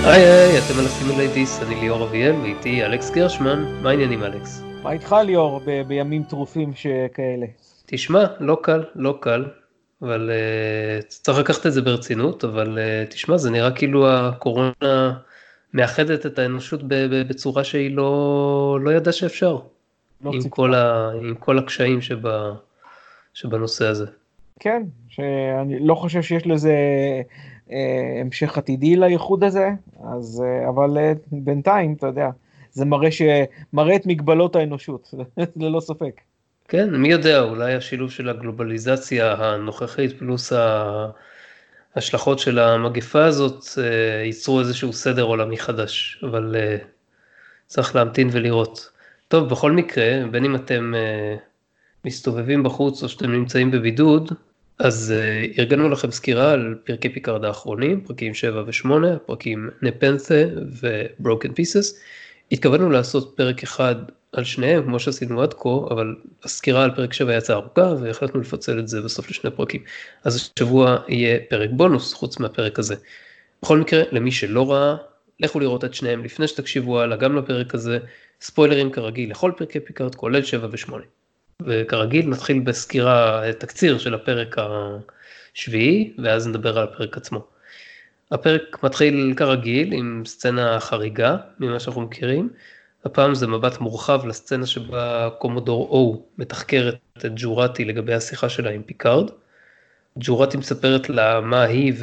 היי, אתם על הסימולייטיס, אני ליאור אביאל, ואיתי אלכס גרשמן. מה העניינים, אלכס? מה איתך ליאור בימים טרופים שכאלה? תשמע, לא קל, לא קל, אבל צריך לקחת את זה ברצינות, אבל תשמע, זה נראה כאילו הקורונה מאחדת את האנושות בצורה שהיא לא ידעה שאפשר, לא ציפתה. עם כל הקשיים שבנושא הזה. כן, שאני לא חושב שיש לזה המשך עתידי לייחוד הזה, אבל בינתיים, אתה יודע, זה מראה את מגבלות האנושות, ללא ספק. כן, מי יודע, אולי השילוב של הגלובליזציה הנוכחית פלוס ההשלכות של המגפה הזאת ייצרו איזשהו סדר עולמי חדש, אבל צריך להמתין ולראות. טוב, בכל מקרה, בין אם אתם מסתובבים בחוץ או שאתם נמצאים בבידוד, אז ארגנו לכם סקירה על פרקי פיקארד האחרונים, פרקים 7 ו-8, פרקים נפנתה ו-Broken Pieces. התכוונו לעשות פרק אחד על שניהם, כמו שעשינו עד כה, אבל הסקירה על פרק 7 יצאה ארוכה, והחלטנו לפצל את זה בסוף לשני פרקים. אז השבוע יהיה פרק בונוס, חוץ מהפרק הזה. בכל מקרה, למי שלא ראה, לכו לראות את שניהם לפני שתקשיבו הלאה, גם לפרק הזה, ספוילרים כרגיל לכל פרקי פיקארד, כולל 7 ו-8. וכרגיל נתחיל בסקירה, תקציר של הפרק השביעי, ואז נדבר על הפרק עצמו. הפרק מתחיל כרגיל עם סצנה חריגה ממה שאנחנו מכירים. הפעם זה מבט מורחב לסצנה שבה קומודור או מתחקרת את ג'ורתי לגבי השיחה שלה עם פיקארד. ג'ורתי מספרת לה מה היא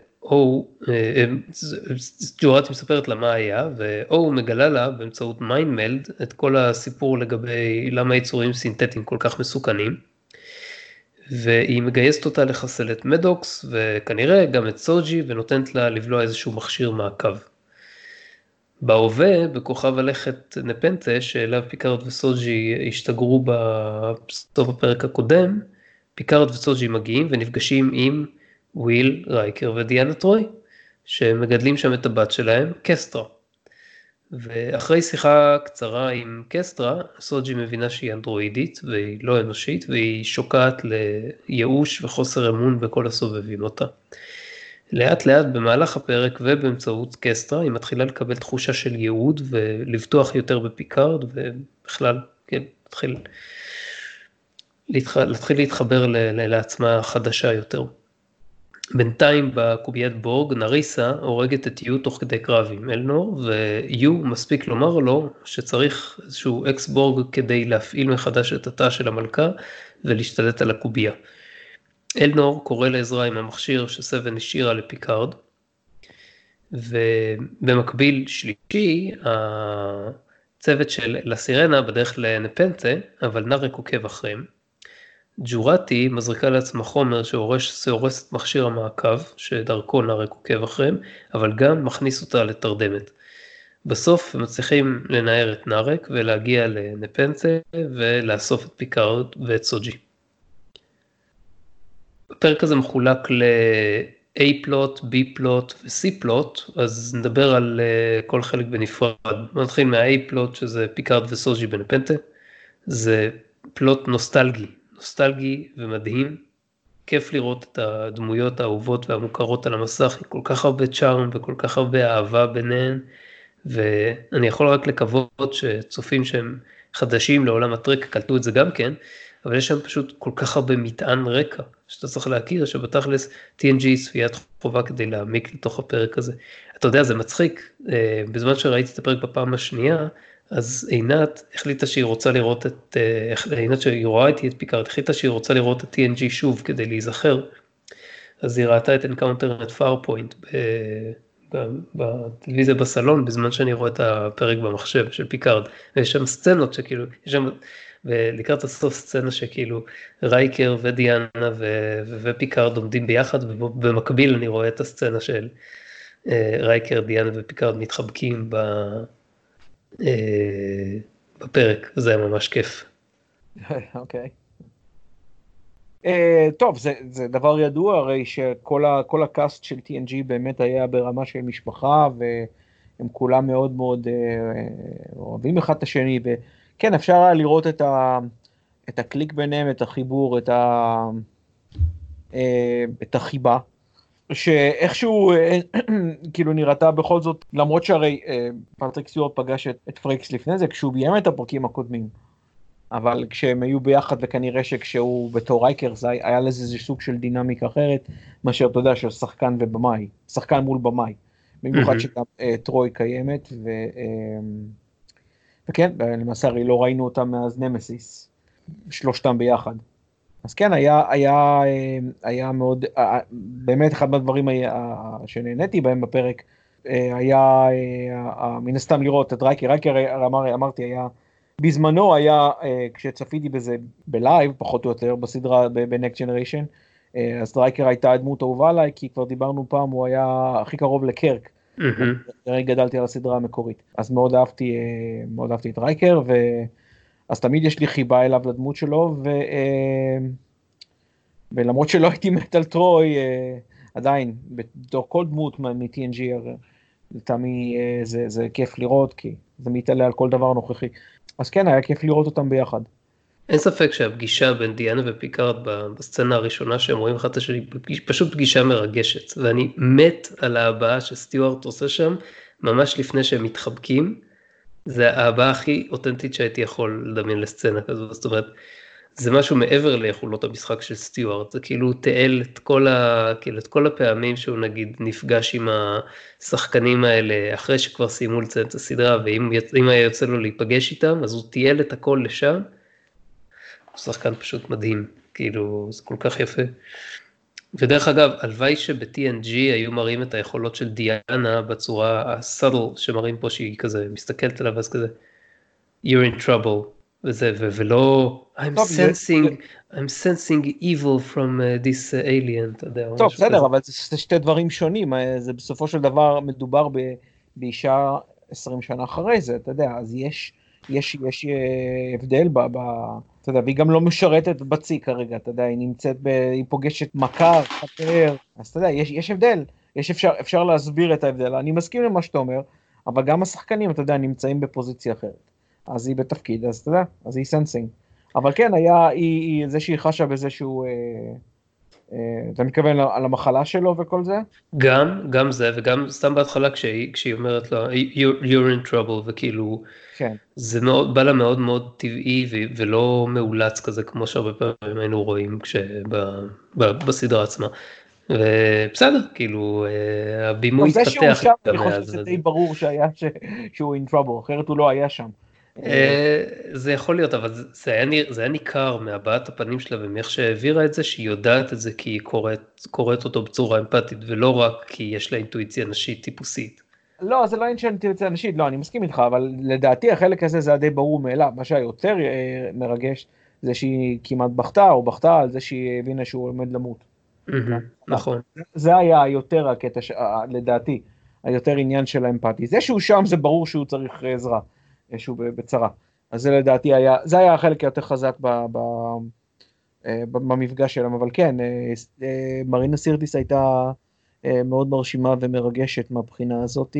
ג'ורתי מספרת לה מה היה, ואו מגלה לה באמצעות מיינדמלד את כל הסיפור לגבי למה יצורים סינתטיים כל כך מסוכנים. והיא מגייסת אותה לחסל את מדוקס, וכנראה גם את סוג'י, ונותנת לה לבלוע איזשהו מכשיר מעקב. בהווה, בכוכב הלכת נפנטה, שאליו פיקארד וסוג'י השתגרו בסוף הפרק הקודם, פיקארד וסוג'י מגיעים ונפגשים עם וויל, רייקר ודיאנה טרוי, שמגדלים שם את הבת שלהם, קסטרה. ואחרי שיחה קצרה עם קסטרה, סוג'י מבינה שהיא אנדרואידית והיא לא אנושית, והיא שוקעת לייאוש וחוסר אמון בכל הסובבים אותה. לאט לאט במהלך הפרק ובאמצעות קסטרה, היא מתחילה לקבל תחושה של ייעוד ולבטוח יותר בפיקארד, ובכלל, כן, להתחיל להתחבר לעצמה חדשה יותר. בינתיים בקוביית בורג, נריסה הורגת את יו תוך כדי קרב עם אלנור, ויו מספיק לומר לו שצריך איזשהו אקס בורג כדי להפעיל מחדש את התא של המלכה ולהשתלט על הקובייה. אלנור קורא לעזרה עם המכשיר שסבן השאירה לפיקארד, ובמקביל שלישי, הצוות של לסירנה בדרך לנפנטה, אבל נארק עוקב אחריהם. ג'ורתי מזריקה לעצמה חומר שהורס את מכשיר המעקב, שדרכו נארק עוקב אחריהם, אבל גם מכניס אותה לתרדמת. בסוף הם מצליחים לנער את נארק ולהגיע לנפנטה ולאסוף את פיקארד ואת סוג'י. הפרק הזה מחולק ל-A פלוט, B פלוט ו-C פלוט, אז נדבר על כל חלק בנפרד. נתחיל מה-A פלוט שזה פיקארד וסוג'י בנפנטה, זה פלוט נוסטלגי ומדהים, כיף לראות את הדמויות האהובות והמוכרות על המסך, עם כל כך הרבה צ'ארם וכל כך הרבה אהבה ביניהן, ואני יכול רק לקוות שצופים שהם חדשים לעולם הטרק קלטו את זה גם כן, אבל יש שם פשוט כל כך הרבה מטען רקע, שאתה צריך להכיר שבתכלס TNG צפיית חובה כדי להעמיק לתוך הפרק הזה. אתה יודע, זה מצחיק, בזמן שראיתי את הפרק בפעם השנייה, אז עינת החליטה שהיא רוצה לראות עינת שהיא רואה איתי את פיקארד, החליטה שהיא רוצה לראות את TNG שוב כדי להיזכר, אז היא ראתה את Encounter at Farpoint בטלוויזיה בסלון, בזמן שאני רואה את הפרק במחשב של פיקארד, ויש שם סצנות שכאילו, יש שם, ולקראת הסוף סצנה שכאילו רייקר ודיאנה ופיקארד עומדים ביחד, ובמקביל אני רואה את הסצנה של רייקר, דיאנה ופיקארד מתחבקים בפרק, זה היה ממש כיף. אוקיי. טוב, זה דבר ידוע, הרי שכל הקאסט של TNG באמת היה ברמה של משפחה, והם כולם מאוד מאוד אוהבים אחד את השני, וכן, אפשר היה לראות את הקליק ביניהם, את החיבור, את החיבה, שאיכשהו כאילו נראתה בכל זאת, למרות שהרי פטריק סטיוארט פגש את פריקס לפני זה, כשהוא ביים את הפרקים הקודמים, אבל כשהם היו ביחד, וכנראה שכשהוא בתור רייקר, היה לזה איזה סוג של דינמיקה אחרת, מאשר אתה יודע, של שחקן ובמאי, שחקן מול במאי, במיוחד שגם טרוי קיימת, וכן, למעשה הרי לא ראינו אותם מאז נמסיס, שלושתם ביחד. אז כן, היה מאוד, באמת אחד מהדברים שנהניתי בהם בפרק, היה מן הסתם לראות את רייקר, אמרתי, בזמנו היה, כשצפיתי בזה בלייב, פחות או יותר, בסדרה ב-Next Generation, אז רייקר הייתה הדמות אהובה עליי, כי כבר דיברנו פעם, הוא היה הכי קרוב לקרק, גדלתי על הסדרה המקורית, אז מאוד אהבתי את רייקר, אז תמיד יש לי חיבה אליו לדמות שלו, ולמרות שלא הייתי מת על טרוי, עדיין, בתור כל דמות מ-TNG, לטעמי זה כיף לראות, כי זה מתעלה על כל דבר נוכחי. אז כן, היה כיף לראות אותם ביחד. אין ספק שהפגישה בין דיאנה ופיקארד בסצנה הראשונה שהם רואים אחת השני, פשוט פגישה מרגשת, ואני מת על ההבעה שסטיוארט עושה שם, ממש לפני שהם מתחבקים, זה ההבעה הכי אותנטית שהייתי יכול לדמיין לסצנה כזו, זאת אומרת, זה משהו מעבר ליכולות המשחק של סטיוארט, זה כאילו תיאל את כל הפעמים שהוא נגיד נפגש עם השחקנים האלה, אחרי שכבר סיימו לציין את הסדרה, ואם היה יוצא לו להיפגש איתם, אז הוא תיאל את הכל לשם, הוא שחקן פשוט מדהים, כאילו זה כל כך יפה. ודרך אגב, הלוואי שב-TNG היו מראים את היכולות של דיאנה בצורה הסאדל שמראים פה שהיא כזה מסתכלת עליו, אז כזה, you're in trouble, וזה, ולא, I'm sensing evil from this alien, אתה יודע. טוב, בסדר, אבל זה שתי דברים שונים, זה בסופו של דבר מדובר באישה 20 שנה אחרי זה, אתה יודע, אז יש הבדל אתה יודע, והיא גם לא משרתת בצי כרגע, אתה יודע, היא פוגשת מכר, חפר, אז אתה יודע, יש הבדל, אפשר להסביר את ההבדל, אני מסכים למה שאתה אומר, אבל גם השחקנים, אתה יודע, נמצאים בפוזיציה אחרת, אז היא בתפקיד, אז אתה יודע, אז היא סנסינג, אבל כן, זה שהיא חשה בזה שהוא, אתה מתכוון על המחלה שלו וכל זה? גם זה, וגם סתם בהתחלה כשהיא אומרת לו, you're in trouble, וכאילו, כן. זה בא לה מאוד מאוד טבעי, ולא מאולץ כזה, כמו שהרבה פעמים היינו רואים בסדרה עצמה. ובסדר, טוב, הבימוי התפתח. זה שהוא שם, אני חושב שזה די ברור שהוא in trouble, אחרת הוא לא היה שם. זה יכול להיות, אבל זה היה ניכר מהבעת הפנים שלה, ומאיך שהעבירה את זה, שהיא יודעת את זה כי היא קוראת אותו בצורה אמפתית, ולא רק כי יש לה אינטואיציה נשית טיפוסית. לא, זה לא עניין של אינטואיציה נשית, לא, אני מסכים איתך, אבל לדעתי החלק הזה זה די ברור מאליו, מה שהיותר מרגש, זה שהיא כמעט בכתה על זה שהיא הבינה שהוא עומד למות. נכון. זה היה יותר הקטע, לדעתי, היותר עניין של האמפתי. זה שהוא שם, זה ברור שהוא צריך עזרה. שהוא בצרה. אז זה לדעתי זה היה החלק יותר חזק במפגש שלהם, אבל כן, מרינה סירטיס הייתה מאוד מרשימה ומרגשת מהבחינה הזאת.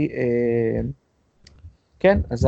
כן, אז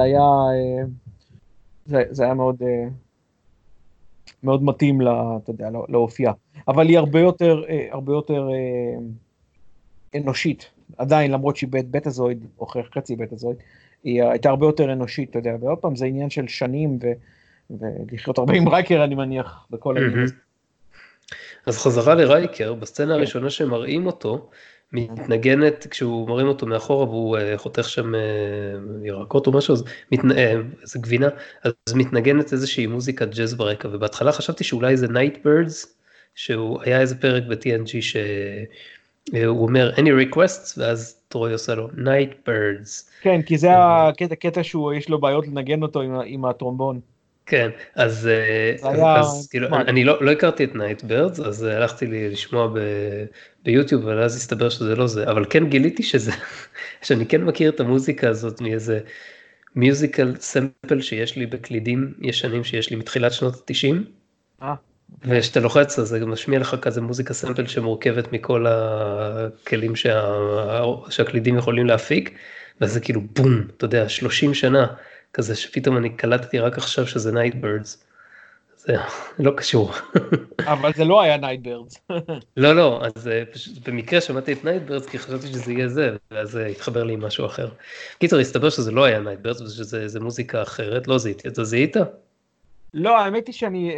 זה היה מאוד, מאוד מתאים אתה יודע, להופיע. אבל היא הרבה יותר אנושית, עדיין, למרות שהיא בטאזויד, או חצי בטאזויד, היא הייתה הרבה יותר אנושית, אתה יודע, ועוד פעם זה עניין של שנים, ולחיות הרבה עם רייקר, אני מניח, בכל העניין. אז חזרה לרייקר, בסצנה הראשונה שמראים אותו, מתנגנת, כשהוא מראים אותו מאחורה, והוא חותך שם ירקות או משהו, זה גבינה, אז מתנגנת איזושהי מוזיקת ג'אז ברקע, ובהתחלה חשבתי שאולי זה Nightbirds, שהוא היה איזה פרק ב-TNG שהוא אומר, any requests, ואז טרוי עושה לו, Nightbirds. כן, כי זה הקטע שיש לו בעיות לנגן אותו עם הטרומבון. כן, אז כאילו, אני לא הכרתי את Nightbirds, אז הלכתי לשמוע ביוטיוב, ואז הסתבר שזה לא זה, אבל כן גיליתי שאני כן מכיר את המוזיקה הזאת מאיזה מיוזיקל סמפל שיש לי בקלידים ישנים שיש לי מתחילת שנות ה-90. ושאתה לוחץ, אז זה גם משמיע לך כזה מוזיקה סמפל שמורכבת מכל הכלים שהקלידים יכולים להפיק, וזה כאילו בום, אתה יודע, 30 שנה, כזה שפתאום אני קלטתי רק עכשיו שזה Nightbirds. זה לא קשור. אבל זה לא היה נייטברדס. לא, לא, אז פשוט במקרה שמעתי את נייטברדס, כי חשבתי שזה יהיה זה, ואז התחבר לי עם משהו אחר. קיצר, הסתבר שזה לא היה נייטברדס, ושזה מוזיקה אחרת, לא זיהיתי, אתה זיהית? לא, האמת היא שאני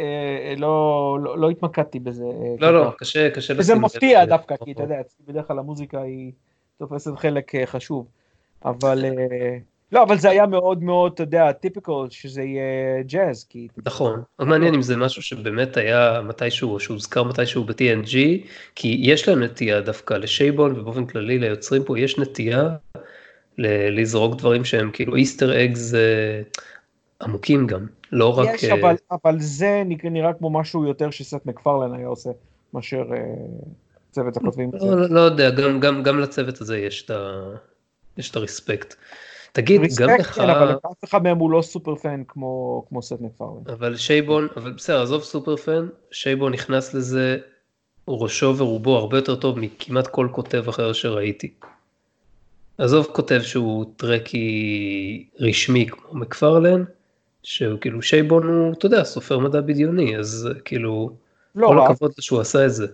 לא התמקדתי בזה לא, כל לא, כך. קשה וזה לשים לב. מפתיע דווקא, כי אתה יודע, בדרך כלל המוזיקה היא תופסת חלק חשוב. אבל לא, אבל זה היה מאוד מאוד, אתה יודע, טיפיקל שזה יהיה ג'אז, כי... נכון, עוד מעניין אם זה משהו שבאמת היה מתישהו, או שהוזכר מתישהו ב-TNG, כי יש להם נטייה דווקא לשייבון, ובאופן כללי ליוצרים פה יש נטייה לזרוק דברים שהם כאילו איסטר אגז עמוקים גם, לא רק... יש, אבל זה נראה כמו משהו יותר שסט מקפרלן היה עושה, מאשר צוות הכותבים. לא יודע, גם לצוות הזה יש את הרספקט. תגיד, גם ריספקט, לך... כן, אבל אף אחד מהם הוא לא סופר פן כמו סט מקפרלן. אבל שייבון, אבל בסדר, עזוב סופר פן, שייבון נכנס לזה, ראשו ורובו הרבה יותר טוב מכמעט כל כותב אחר שראיתי. עזוב כותב שהוא טרקי רשמי כמו מקפרלן, שהוא כאילו שייבון הוא, אתה יודע, סופר מדע בדיוני, אז כאילו, לא כל רע. הכבוד שהוא עשה את זה.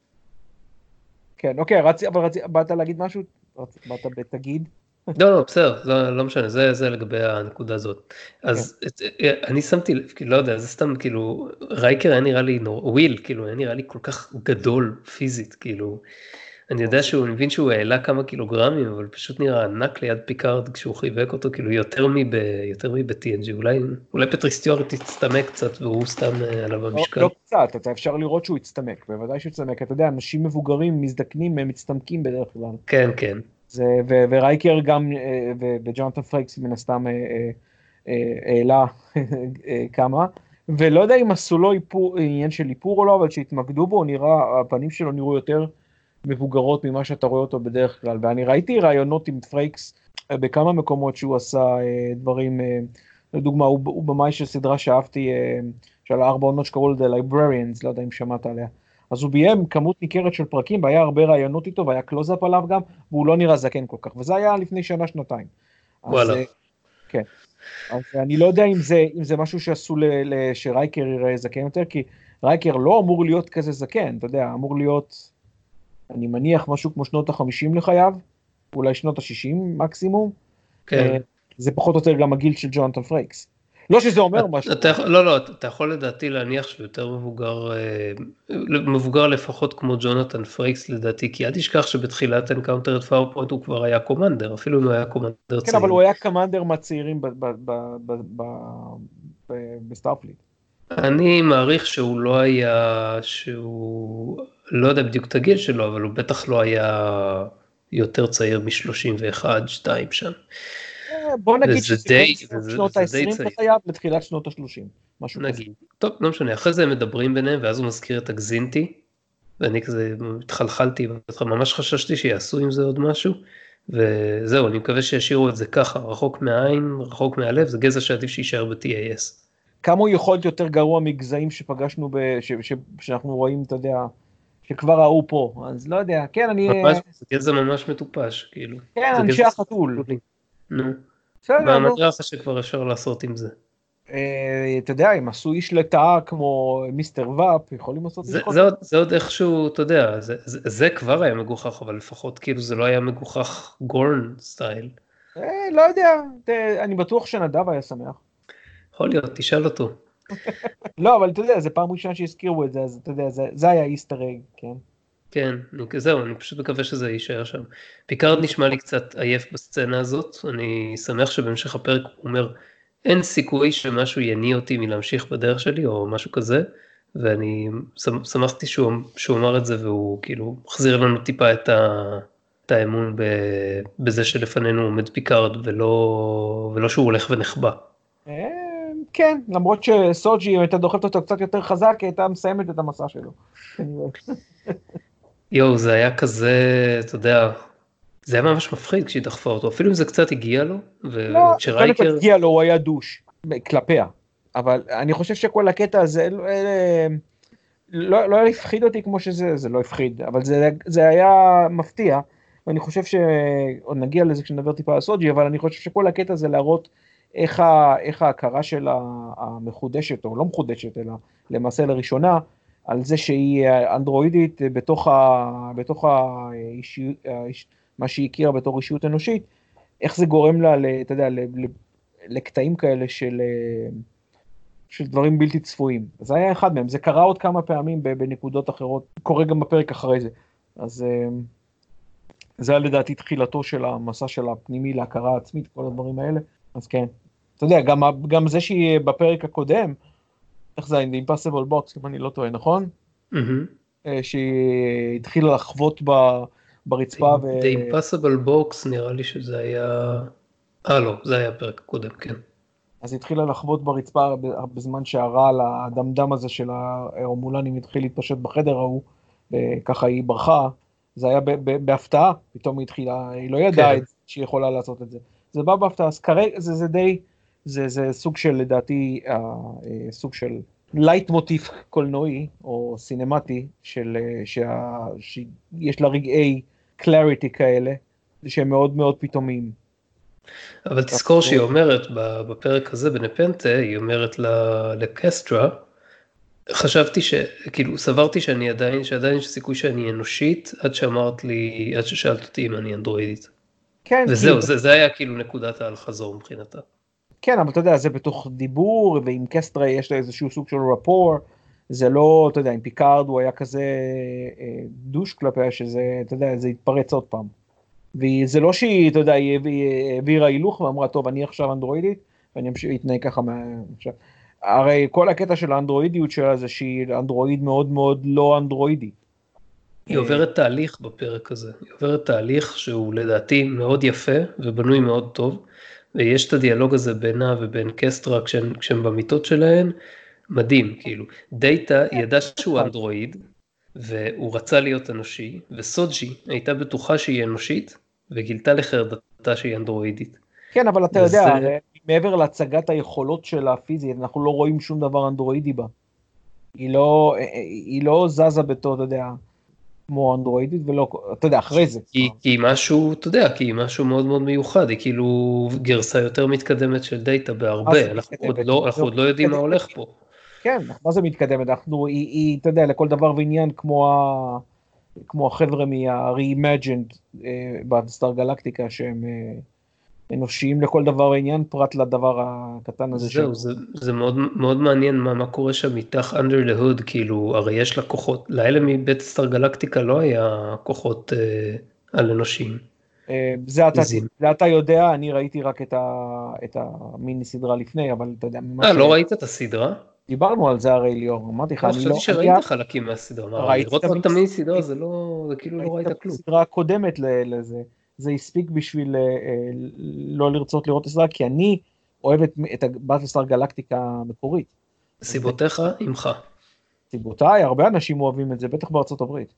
כן, אוקיי, אבל באת להגיד משהו? באת בתגיד? לא, בסדר, לא משנה, זה לגבי הנקודה הזאת. אז אני שמתי לב, כאילו, לא יודע, זה סתם, כאילו, רייקר היה נראה לי, וויל, כאילו, היה נראה לי כל כך גדול פיזית, כאילו, אני יודע שהוא מבין שהוא העלה כמה קילוגרמים, אבל פשוט נראה ענק ליד פיקארד כשהוא חיבק אותו, כאילו, יותר מב-TNG, אולי פטריק סטיוארט יצטמק קצת, והוא סתם עליו במשקל. לא קצת, אתה אפשר לראות שהוא יצטמק, בוודאי שהוא יצטמק, אתה יודע, אנשים מבוגרים, מזדקנים, הם מצטמקים בדרך כלל. כן, כן. ורייקר גם, וג'ונתן פרייקס מן הסתם העלה כמה, ולא יודע אם עשו לו עניין של איפור או לא, אבל שהתמקדו בו, הפנים שלו נראו יותר מבוגרות ממה שאתה רואה אותו בדרך כלל, ואני ראיתי רעיונות עם פרייקס בכמה מקומות שהוא עשה דברים, לדוגמה, הוא במאי של סדרה שאהבתי, של 4 עונות שקראו לזה Librarians, לא יודע אם שמעת עליה. אז הוא ביים כמות ניכרת של פרקים, והיה הרבה רעיונות איתו, והיה קלוזאפ עליו גם, והוא לא נראה זקן כל כך, וזה היה לפני שנה-שנתיים. וואלה. כן. אז אני לא יודע אם זה משהו שעשו שרייקר יראה זקן יותר, כי רייקר לא אמור להיות כזה זקן, אתה יודע, אמור להיות, אני מניח, משהו כמו שנות ה-50 לחייו, אולי שנות ה-60 מקסימום. כן. זה פחות או יותר גם הגיל של ג'ונתן פרייקס. לא שזה אומר משהו. לא, אתה יכול לדעתי להניח שהוא יותר מבוגר לפחות כמו ג'ונתן פרייקס לדעתי, כי אל תשכח שבתחילת אנקאונטר את פאורפוינט הוא כבר היה קומנדר, אפילו אם הוא היה קומנדר צעיר. כן, אבל הוא היה קומנדר מהצעירים בסטארפליט. אני מעריך שהוא לא היה, לא יודע בדיוק את הגיל שלו, אבל הוא בטח לא היה יותר צעיר מ-31, 2 שם. בוא נגיד שזה שנות ה-20 בחייו לתחילת שנות ה-30, משהו כזה. נגיד, טוב, לא משנה, אחרי זה הם מדברים ביניהם, ואז הוא מזכיר את הגזינטי, ואני כזה התחלחלתי, ממש חששתי שיעשו עם זה עוד משהו, וזהו, אני מקווה שישאירו את זה ככה, רחוק מהעין, רחוק מהלב, זה גזע שעדיף שישאר ב-TAS. כמה הוא יכול להיות יותר גרוע מגזעים שפגשנו, שאנחנו רואים, אתה יודע, שכבר ראו פה, אז לא יודע, כן, זה גזע ממש מטופש, כאילו. כן, אנשי החתול. נו. מה נראה לך שכבר אפשר לעשות עם זה? אתה יודע, אם עשו איש לטאה כמו מיסטר ואפ, יכולים לעשות איש חוטא. זה עוד איכשהו, אתה יודע, זה כבר היה מגוחך, אבל לפחות כאילו זה לא היה מגוחך גורן סטייל. לא יודע, אני בטוח שנדב היה שמח. יכול להיות, תשאל אותו. לא, אבל אתה יודע, זה פעם ראשונה שהזכירו את זה, אז אתה יודע, זה היה איסטר אג, כן? כן, זהו, אני פשוט מקווה שזה יישאר שם. פיקארד נשמע לי קצת עייף בסצנה הזאת, אני שמח שבהמשך הפרק הוא אומר, אין סיכוי שמשהו יניע אותי מלהמשיך בדרך שלי, או משהו כזה, ואני שמחתי שהוא אמר את זה, והוא כאילו מחזיר לנו טיפה את האמון בזה שלפנינו עומד פיקארד, ולא שהוא הולך ונחבא. כן, למרות שסוג'י, אם הייתה דוחפת אותו קצת יותר חזק, הייתה מסיימת את המסע שלו. יואו, זה היה כזה, אתה יודע, זה היה ממש מפחיד כשהיא דחפה אותו, אפילו אם זה קצת הגיע לו, לא, חלק הגיע לו, הוא היה דוש, כלפיה, אבל אני חושב שכל הקטע הזה, לא הפחיד אותי כמו שזה, זה לא הפחיד, אבל זה היה מפתיע, ואני חושב שעוד נגיע לזה כשנדבר טיפה על סוג'י, אבל אני חושב שכל הקטע זה להראות איך ההכרה שלה המחודשת, או לא מחודשת, אלא למעשה לראשונה, על זה שהיא אנדרואידית מה שהיא הכירה בתור אישיות אנושית, איך זה גורם לה, אתה יודע, לקטעים כאלה של דברים בלתי צפויים. זה היה אחד מהם, זה קרה עוד כמה פעמים בנקודות אחרות, קורה גם בפרק אחרי זה. אז זה היה לדעתי תחילתו של המסע של הפנימי להכרה עצמית, כל הדברים האלה. אז כן, אתה יודע, גם זה שהיא בפרק הקודם, איך זה, The Impossible Box, אם אני לא טועה, נכון? שהיא התחילה לחוות ברצפה. The Impossible Box, נראה לי שזה היה... לא, זה היה הפרק הקודם, כן. אז היא התחילה לחוות ברצפה בזמן שהרעל הדמדם הזה של ההורמולנים התחיל להתפשט בחדר ההוא, וככה היא ברחה. זה היה בהפתעה, פתאום היא התחילה, היא לא ידעה שהיא יכולה לעשות את זה. זה בא בהפתעה, אז כרגע זה די, זה סוג של, לדעתי, סוג של לייט מוטיף קולנועי, או סינמטי, שיש לה רגעי קלריטי כאלה, שהם מאוד מאוד פתאומיים. אבל תזכור שהיא אומרת, בפרק הזה בנפנטה, היא אומרת לקסטרה, חשבתי כאילו סברתי שעדיין יש סיכוי שאני אנושית, עד ששאלת אותי אם אני אנדרואידית. כן, וזהו, זה היה כאילו נקודת האל-חזור מבחינתה. כן, אבל אתה יודע, זה בתוך דיבור, ועם קסטרה יש לה איזשהו סוג של רפור, זה לא, אתה יודע, עם פיקארד הוא היה כזה דוש כלפיה, שזה, אתה יודע, זה התפרץ עוד פעם. וזה לא שהיא, אתה יודע, היא העבירה הילוך ואמרה, טוב, אני עכשיו אנדרואידית, ואני אמשיך להתנהג ככה עכשיו. הרי כל הקטע של האנדרואידיות שלה זה שהיא אנדרואיד מאוד מאוד לא אנדרואידי. היא עוברת תהליך בפרק הזה, היא עוברת תהליך שהוא לדעתי מאוד יפה ובנוי מאוד טוב, ויש את הדיאלוג הזה בינה ובין קסטרה כשהם במיטות שלהן, מדהים, כאילו. דאטה ידע שהוא אנדרואיד, והוא רצה להיות אנושי, וסוג'י הייתה בטוחה שהיא אנושית, וגילתה לחרדתה שהיא אנדרואידית. כן, אבל אתה יודע, מעבר להצגת היכולות שלה הפיזית, אנחנו לא רואים שום דבר אנדרואידי בה. היא לא זזה בתור, אתה יודע, כמו אנדרואידית, ולא, אתה יודע, אחרי זה. כי היא משהו, אתה יודע, כי היא משהו מאוד מאוד מיוחד, היא כאילו גרסה יותר מתקדמת של דאטה בהרבה, אנחנו עוד לא יודעים מה הולך פה. כן, מה זה מתקדמת? היא, אתה יודע, לכל דבר ועניין, כמו החבר'ה מה-Reimagined בסטאר גלקטיקה, שהם אנושיים לכל דבר ועניין, פרט לדבר הקטן הזה. זהו, זה מאוד, מאוד מעניין מה קורה שם מתח under the hood, כאילו, הרי יש לה כוחות, לאלה מבית סטאר גלקטיקה לא היה כוחות על אנושיים. זה אתה יודע, אני ראיתי רק את המיני סדרה לפני, אבל אתה יודע... לא ראית את הסדרה? דיברנו על זה הרי ליאור, אמרתי לך, חשבתי שראית חלקים מהסדרה, לראות את המיני סדרה זה כאילו לא ראית כלום. הסדרה הקודמת לזה, זה הספיק בשביל לא לרצות לראות את הסדרה, כי אני אוהב את הבטלסטאר גלקטיקה המקורית. סיבותיך עמך. סיבותיי, הרבה אנשים אוהבים את זה, בטח בארצות הברית.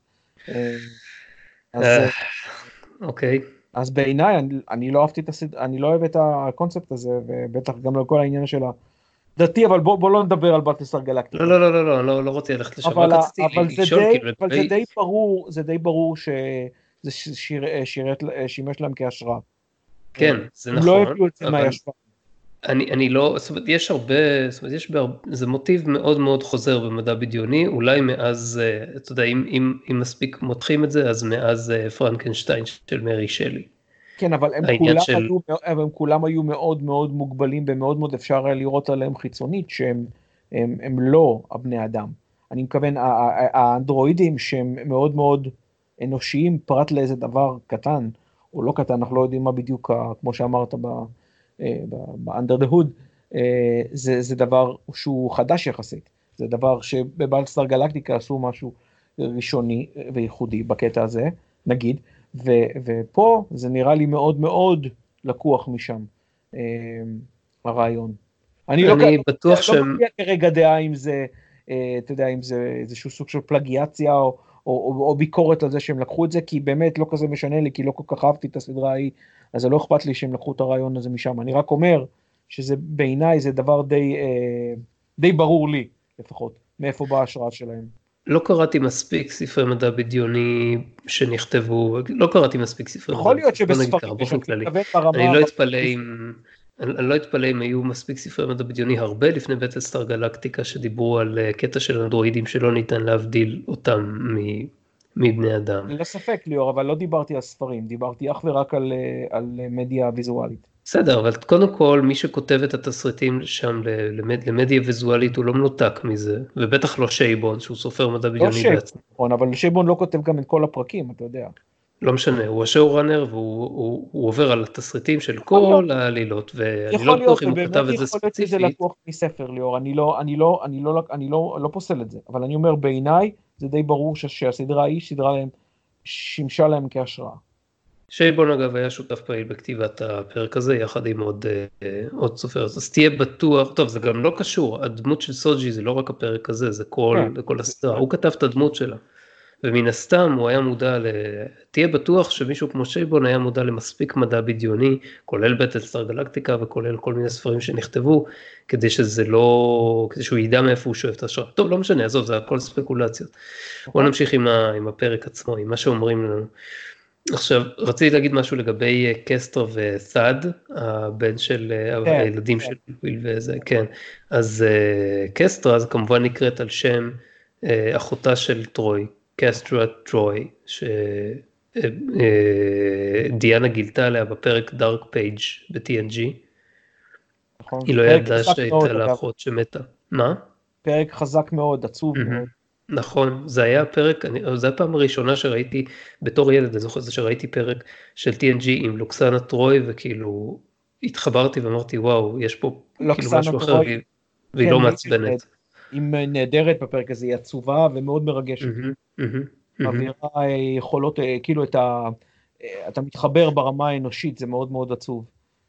אוקיי. אז בעיניי, אני לא אהבתי אני לא אוהב את הקונספט הזה, ובטח גם לכל העניין שלה. דתי, אבל בוא לא נדבר על בטלסטאר גלקטיקה. לא רוצה ללכת לשם, רק רציתי לשאול כאילו. זה די ברור שזה שימש להם כהשראה. כן, זה נכון. לא הביאו את זה מההשפעה. אני לא, זאת אומרת, יש הרבה, זה מוטיב מאוד מאוד חוזר במדע בדיוני, אולי מאז, אתה יודע, אם מספיק מותחים את זה, אז מאז פרנקנשטיין של מרי שלי. כן, אבל הם כולם היו מאוד מאוד מוגבלים, ומאוד מאוד אפשר לראות עליהם חיצונית, שהם לא הבני אדם. אני מכוון, האנדרואידים שהם מאוד מאוד אנושיים, פרט לאיזה דבר קטן, או לא קטן, אנחנו לא יודעים מה בדיוק, כמו שאמרת ב-Under the Hood, זה דבר שהוא חדש יחסית. זה דבר שבבטלסטאר גלקטיקה עשו משהו ראשוני וייחודי בקטע הזה, נגיד, ופה זה נראה לי מאוד מאוד לקוח משם, הרעיון. אני לא בטוח שהם... מגיע כרגע דעה אם זה, אתה יודע, אם זה איזשהו סוג של פלגיאציה, או ביקורת על זה שהם לקחו את זה, כי באמת לא כזה משנה לי, כי לא כל כך אהבתי את הסדרה ההיא, אז זה לא אכפת לי שהם לקחו את הרעיון הזה משם. אני רק אומר שזה בעיניי זה דבר די ברור לי, לפחות, מאיפה באה ההשראה שלהם. לא קראתי מספיק ספרי מדע בדיוני שנכתבו, לא קראתי מספיק ספרי מדע. יכול להיות שבספרים, אני לא אתפלא אני לא אתפלא אם היו מספיק ספרי מדע בדיוני הרבה לפני בטלסטאר גלקטיקה שדיברו על קטע של אנדרואידים שלא ניתן להבדיל אותם מבני אדם. ללא ספק ליאור, אבל לא דיברתי על ספרים, דיברתי אך ורק על מדיה ויזואלית. בסדר, אבל קודם כל מי שכותב את התסריטים שם למדיה ויזואלית הוא לא מנותק מזה, ובטח לא שייבון שהוא סופר מדע לא בדיוני שייבון, בעצמו. אבל שייבון לא כותב גם את כל הפרקים, אתה יודע. לא משנה, הוא השואו-ראנר והוא עובר על התסריטים של כל העלילות, ואני לא בטוח אם הוא כתב את זה יכול להיות שזה ספציפית. לקוח מספר ליאור, אני לא פוסל את זה, אבל אני אומר בעיניי זה די ברור שהסדרה ההיא שימשה להם כהשראה. שייבון אגב היה שותף פעיל בכתיבת הפרק הזה יחד עם עוד סופר, אז תהיה בטוח, טוב זה גם לא קשור, הדמות של סוג'י זה לא רק הפרק הזה, זה כל הסדרה, הוא כתב את הדמות שלה, ומן הסתם הוא היה מודע, תהיה בטוח שמישהו כמו שייבון היה מודע למספיק מדע בדיוני, כולל בטלסטאר גלקטיקה וכולל כל מיני ספרים שנכתבו, כדי שהוא ידע מאיפה הוא שואב את ההשראה. טוב לא משנה, עזוב, זה הכל ספקולציות. בואו נמשיך עם הפרק עצמו, עם מה שאומרים לנו. עכשיו, רציתי להגיד משהו לגבי קסטרה ות'אד, הבן של הילדים של וויל וזה, כן. אז קסטרה זה כמובן נקראת על שם אחותה של טרוי, קסטרה טרוי, שדיאנה גילתה עליה בפרק דארק פייג' ב-TNG. היא לא ידעה שהייתה לה אחות שמתה. מה? פרק חזק מאוד, עצוב מאוד. נכון, זה היה הפרק, זו הפעם הראשונה שראיתי, בתור ילד, אני זוכר שראיתי פרק של TNG עם לוקסנה טרוי, וכאילו התחברתי ואמרתי, וואו, יש פה כאילו משהו אחר, והיא לא מעצבנת. היא נהדרת בפרק הזה, היא עצובה ומאוד מרגשת. מעבירה יכולות, כאילו אתה מתחבר ברמה האנושית, זה מאוד מאוד עצוב.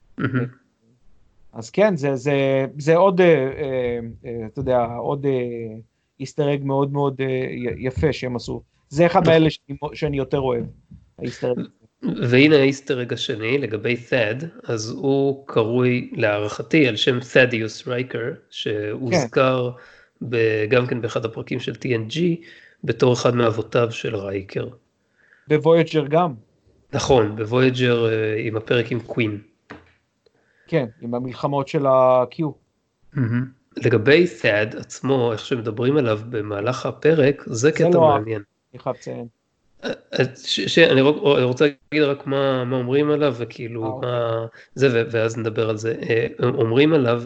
אז כן, זה עוד, אתה יודע, עוד איסטר-אג מאוד מאוד יפה שהם עשו. זה אחד מאלה שאני יותר אוהב, האיסטר-אג. והנה האיסטר-אג השני, לגבי ת'אד, אז הוא קרוי להערכתי על שם ת'אדיוס רייקר, שהוזכר גם כן באחד הפרקים של TNG, בתור אחד מאבותיו של רייקר. בוויג'ר גם. נכון, בוויג'ר עם הפרק עם קווין. כן, עם המלחמות של ה-Q. לגבי ת'אד עצמו, איך שמדברים עליו במהלך הפרק, זה קטע מעניין. אני חייב לציין. אני רוצה להגיד רק מה אומרים עליו, וכאילו מה זה, ואז נדבר על זה. אומרים עליו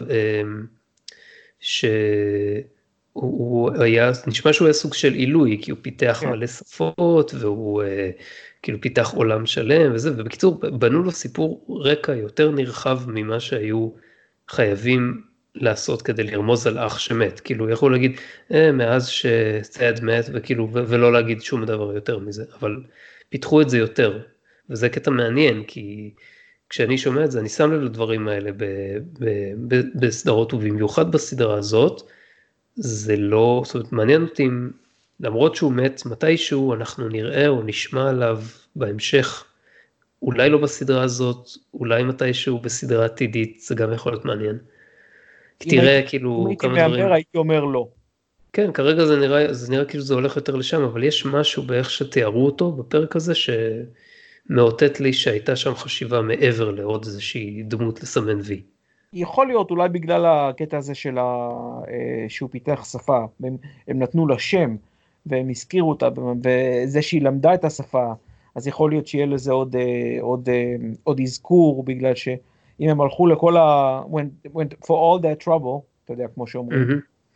שהוא היה, נשמע שהוא היה סוג של עילוי, כי הוא פיתח מלא שפות, והוא כאילו פיתח עולם שלם וזה, ובקיצור בנו לו סיפור רקע יותר נרחב ממה שהיו חייבים לעשות כדי לרמוז על אח שמת, כאילו יכול להגיד מאז שת'אד מת וכאילו ולא להגיד שום דבר יותר מזה, אבל פיתחו את זה יותר, וזה קטע מעניין, כי כשאני שומע את זה אני שם לב לדברים האלה בסדרות, ובמיוחד בסדרה הזאת, זה לא, זאת אומרת מעניין אותי למרות שהוא מת מתישהו אנחנו נראה או נשמע עליו בהמשך, אולי לא בסדרה הזאת, אולי מתישהו בסדרה עתידית, זה גם יכול להיות מעניין. תראה כאילו כמה דברים. אם הייתי מאמר הייתי אומר לא. כן, כרגע זה נראה כאילו זה הולך יותר לשם, אבל יש משהו באיך שתיארו אותו בפרק הזה, שמאותת לי שהייתה שם חשיבה מעבר לעוד איזושהי דמות לסמן וי. יכול להיות אולי בגלל הקטע הזה שהוא פיתח שפה, הם נתנו לה שם, והם הזכירו אותה, וזה שהיא למדה את השפה, אז יכול להיות שיהיה לזה עוד אזכור, בגלל שאם הם הלכו לכל for all that trouble, אתה יודע, כמו שאומרים,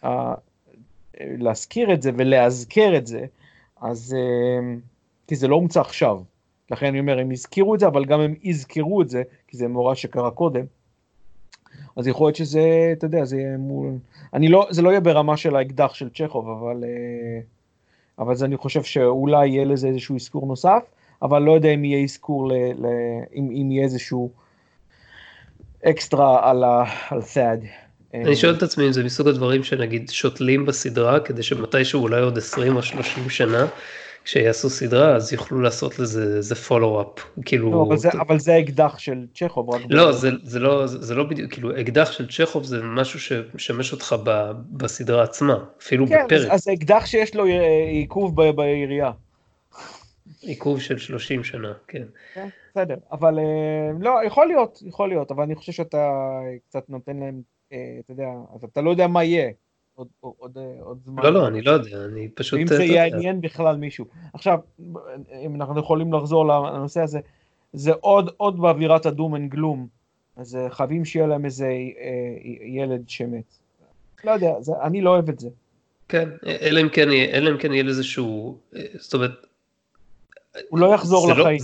להזכיר את זה ולהזכר את זה, אז כי זה לא הומצא עכשיו, לכן אני אומר, הם הזכירו את זה, אבל גם הם יזכרו את זה, כי זה מאורע שקרה קודם, אז יכול להיות שזה, אתה יודע, זה לא יהיה ברמה של האקדח של צ'כוב, אבל אני חושב שאולי יהיה לזה איזשהו אזכור נוסף, אבל לא יודע אם יהיה אזכור, אם יהיה איזשהו אקסטרה על ת'אד. אני שואל את עצמי אם זה מסוג הדברים שנגיד שותלים בסדרה, כדי שמתישהו אולי עוד 20 או 30 שנה, כשיעשו סדרה, אז יוכלו לעשות לזה איזה פולו-אפ, כאילו... לא, אבל זה האקדח של צ'כוב. לא, זה לא בדיוק, כאילו, אקדח של צ'כוב זה משהו שמשמש אותך בסדרה עצמה, אפילו בפרק. כן, אז האקדח שיש לו עיכוב בעירייה. עיכוב של 30 שנה, כן. בסדר, אבל לא, יכול להיות, אבל אני חושב שאתה קצת נותן להם, אתה יודע, אז אתה לא יודע מה יהיה עוד זמן. לא, לא, אני לא יודע, אני ואם פשוט, זה אתה יודע. יעניין בכלל מישהו. עכשיו, אם אנחנו יכולים לחזור לנושא הזה, זה עוד באווירת הדום אנד גלום, אז חייבים שיהיה להם איזה ילד שמת. לא יודע, אני לא אוהב את זה. כן, אלא אם כן יהיה לזה שהוא, זאת אומרת, הוא לא יחזור לחיים.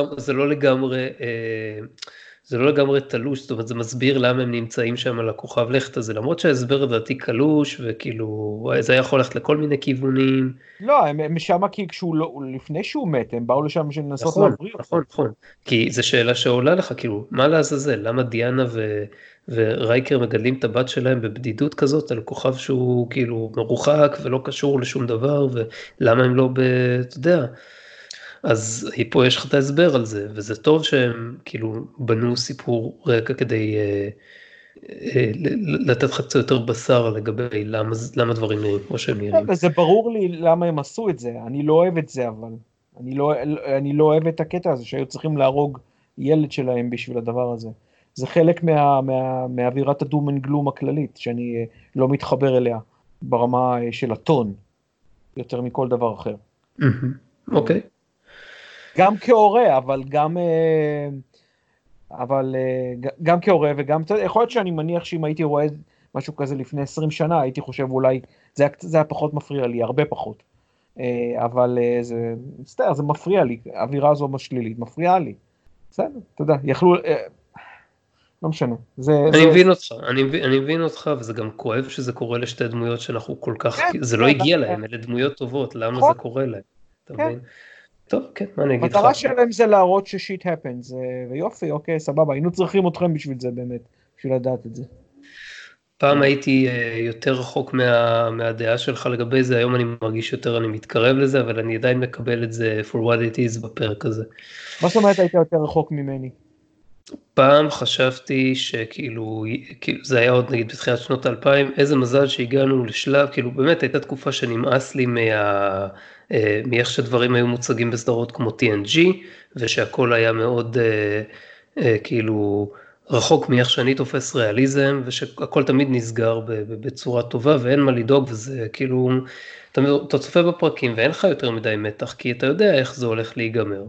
זה לא לגמרי תלוש, זאת אומרת, זה מסביר למה הם נמצאים שם על הכוכב לכת הזה, למרות שההסבר לדעתי קלוש, וכאילו, זה יכול ללכת לכל מיני כיוונים. לא, הם שמה כי לפני שהוא מת, הם באו לשם בשביל לנסות נכון, להבריא אותו. נכון, נכון, כי זו שאלה שעולה לך, כאילו, מה לעזאזל, למה דיאנה ורייקר מגדלים את הבת שלהם בבדידות כזאת, על כוכב שהוא כאילו מרוחק ולא קשור לשום דבר, ולמה הם לא אתה יודע, אז פה יש לך את ההסבר על זה, וזה טוב שהם כאילו בנו סיפור רקע כדי לתת לך קצת יותר בשר לגבי למה דברים נראים כמו שהם נראים. זה ברור לי למה הם עשו את זה, אני לא אוהב את זה, אבל אני לא אוהב את הקטע הזה שהיו צריכים להרוג ילד שלהם בשביל הדבר הזה. זה חלק מאווירת הדום אנד גלום הכללית, שאני לא מתחבר אליה ברמה של הטון, יותר מכל דבר אחר. אוקיי. גם כהורה, גם כהורה וגם, יכול להיות שאני מניח שאם הייתי רואה משהו כזה לפני 20 שנה, הייתי חושב אולי, זה היה פחות מפריע לי, הרבה פחות. אבל זה מפריע לי, האווירה הזו משלילית, מפריעה לי. בסדר, אתה יודע, יכלו, לא משנה. אני מבין אותך, וזה גם כואב שזה קורה לשתי דמויות שאנחנו כל כך, זה לא כן, הגיע להם, אלה דמויות טובות, למה זה קורה להם, אתה מבין? טוב, כן, מה אני אגיד לך? המטרה שלהם זה להראות ששיט happens, ויופי, אוקיי, סבבה, היינו צריכים אתכם בשביל זה באמת, בשביל לדעת את זה. פעם הייתי יותר רחוק מהדעה שלך לגבי זה, היום אני מרגיש יותר, אני מתקרב לזה, אבל אני עדיין מקבל את זה for what it is בפרק הזה. מה זאת אומרת היית יותר רחוק ממני? פעם חשבתי שכאילו, זה היה עוד נגיד בתחילת שנות 2000, איזה מזל שהגענו לשלב, כאילו באמת הייתה תקופה שנמאס לי מאיך שדברים היו מוצגים בסדרות כמו TNG, ושהכל היה מאוד כאילו רחוק מאיך שאני תופס ריאליזם, ושהכל תמיד נסגר בצורה טובה ואין מה לדאוג, וזה כאילו, אתה צופה בפרקים ואין לך יותר מדי מתח, כי אתה יודע איך זה הולך להיגמר,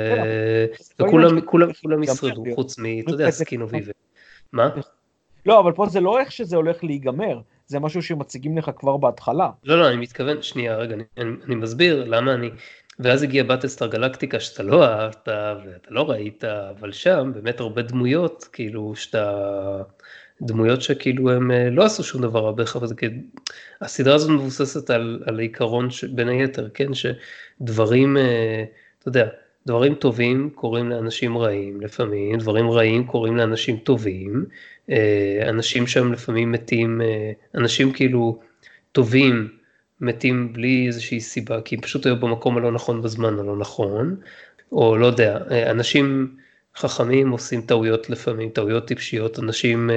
וכולם ישרדו, חוץ אתה יודע, סקינו ויבה. מה? לא, אבל פה זה לא איך שזה הולך להיגמר, זה משהו שמציגים לך כבר בהתחלה. לא, אני מתכוון, שנייה, רגע, אני מסביר למה ואז הגיע באטלסטאר גלקטיקה שאתה לא אהבת ואתה לא ראית, אבל שם באמת הרבה דמויות, כאילו דמויות שכאילו הם לא עשו שום דבר הרבה, אבל הסדרה הזאת מבוססת על העיקרון בין היתר, כן, שדברים, אתה יודע, דברים טובים קורים לאנשים רעים לפעמים, דברים רעים קורים לאנשים טובים, אנשים שם לפעמים מתים, אנשים כאילו טובים מתים בלי איזושהי סיבה, כי הם פשוט היו במקום הלא נכון בזמן הלא נכון, או לא יודע, אנשים חכמים עושים טעויות לפעמים, טעויות טיפשיות, אנשים,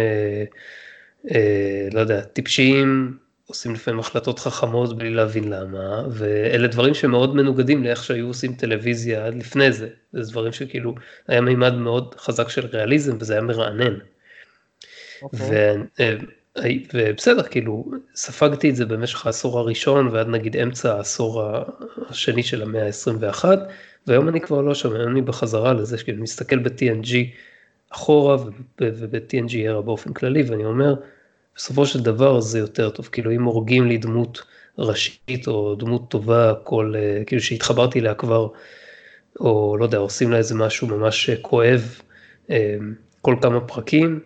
לא יודע, טיפשיים עושים לפעמים החלטות חכמות בלי להבין למה, ואלה דברים שמאוד מנוגדים לאיך שהיו עושים טלוויזיה עד לפני זה, זה דברים שכאילו היה מימד מאוד חזק של ריאליזם, וזה היה מרענן. ובסדר, כאילו, ספגתי את זה במשך העשור הראשון, ועד נגיד אמצע העשור השני של המאה ה-21, והיום אני כבר לא שם, אני בחזרה לזה, שאני מסתכל ב-TNG אחורה, וב-TNG era באופן כללי, ואני אומר, בסופו של דבר זה יותר טוב, כאילו אם הורגים לי דמות ראשית, או דמות טובה, כאילו שהתחברתי אליה כבר, או לא יודע, עושים לה איזה משהו ממש כואב, כל כמה פרקים,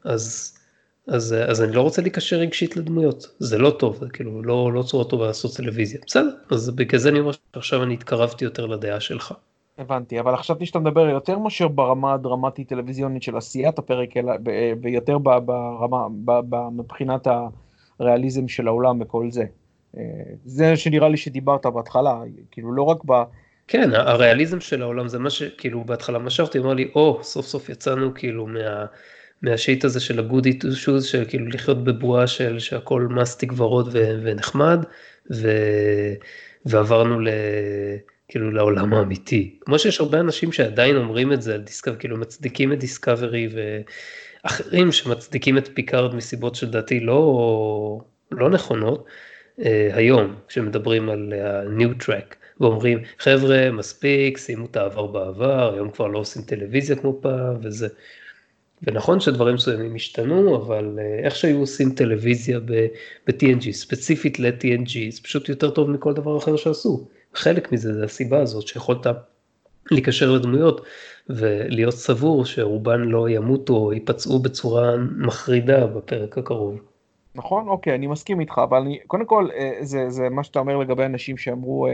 אז אני לא רוצה להיקשר רגשית לדמויות, זה לא טוב, זה כאילו לא צורה טובה לעשות טלוויזיה, בסדר, אז בגלל זה אני אומר שעכשיו אני התקרבתי יותר לדעה שלך. הבנתי, אבל חשבתי שאתה מדבר יותר מאשר ברמה הדרמטית טלוויזיונית של עשיית הפרק, אלא ויותר מבחינת הריאליזם של העולם וכל זה. זה שנראה לי שדיברת בהתחלה, כאילו לא רק כן, הריאליזם של העולם זה מה שכאילו בהתחלה משכתי, אמר לי, סוף סוף יצאנו כאילו מהשיט הזה של הגודי טו שוז, של כאילו לחיות בבועה של שהכל מסטיק ורוד ונחמד, ועברנו כאילו לעולם האמיתי. כמו שיש הרבה אנשים שעדיין אומרים את זה על דיסקאברי, כאילו מצדיקים את דיסקאברי ואחרים שמצדיקים את פיקארד מסיבות שלדעתי לא נכונות, היום כשמדברים על ה-new track, ואומרים חבר'ה מספיק, שימו את העבר בעבר, היום כבר לא עושים טלוויזיה כמו פעם וזה. ונכון שדברים מסוימים השתנו, אבל איך שהיו עושים טלוויזיה ב-TNG, ספציפית ל-TNG, זה פשוט יותר טוב מכל דבר אחר שעשו. חלק מזה זה הסיבה הזאת שיכולת להיקשר לדמויות ולהיות סבור שרובן לא ימותו או ייפצעו בצורה מחרידה בפרק הקרוב. נכון, אוקיי, אני מסכים איתך, אבל קודם כל, זה מה שאתה אומר לגבי אנשים שאמרו,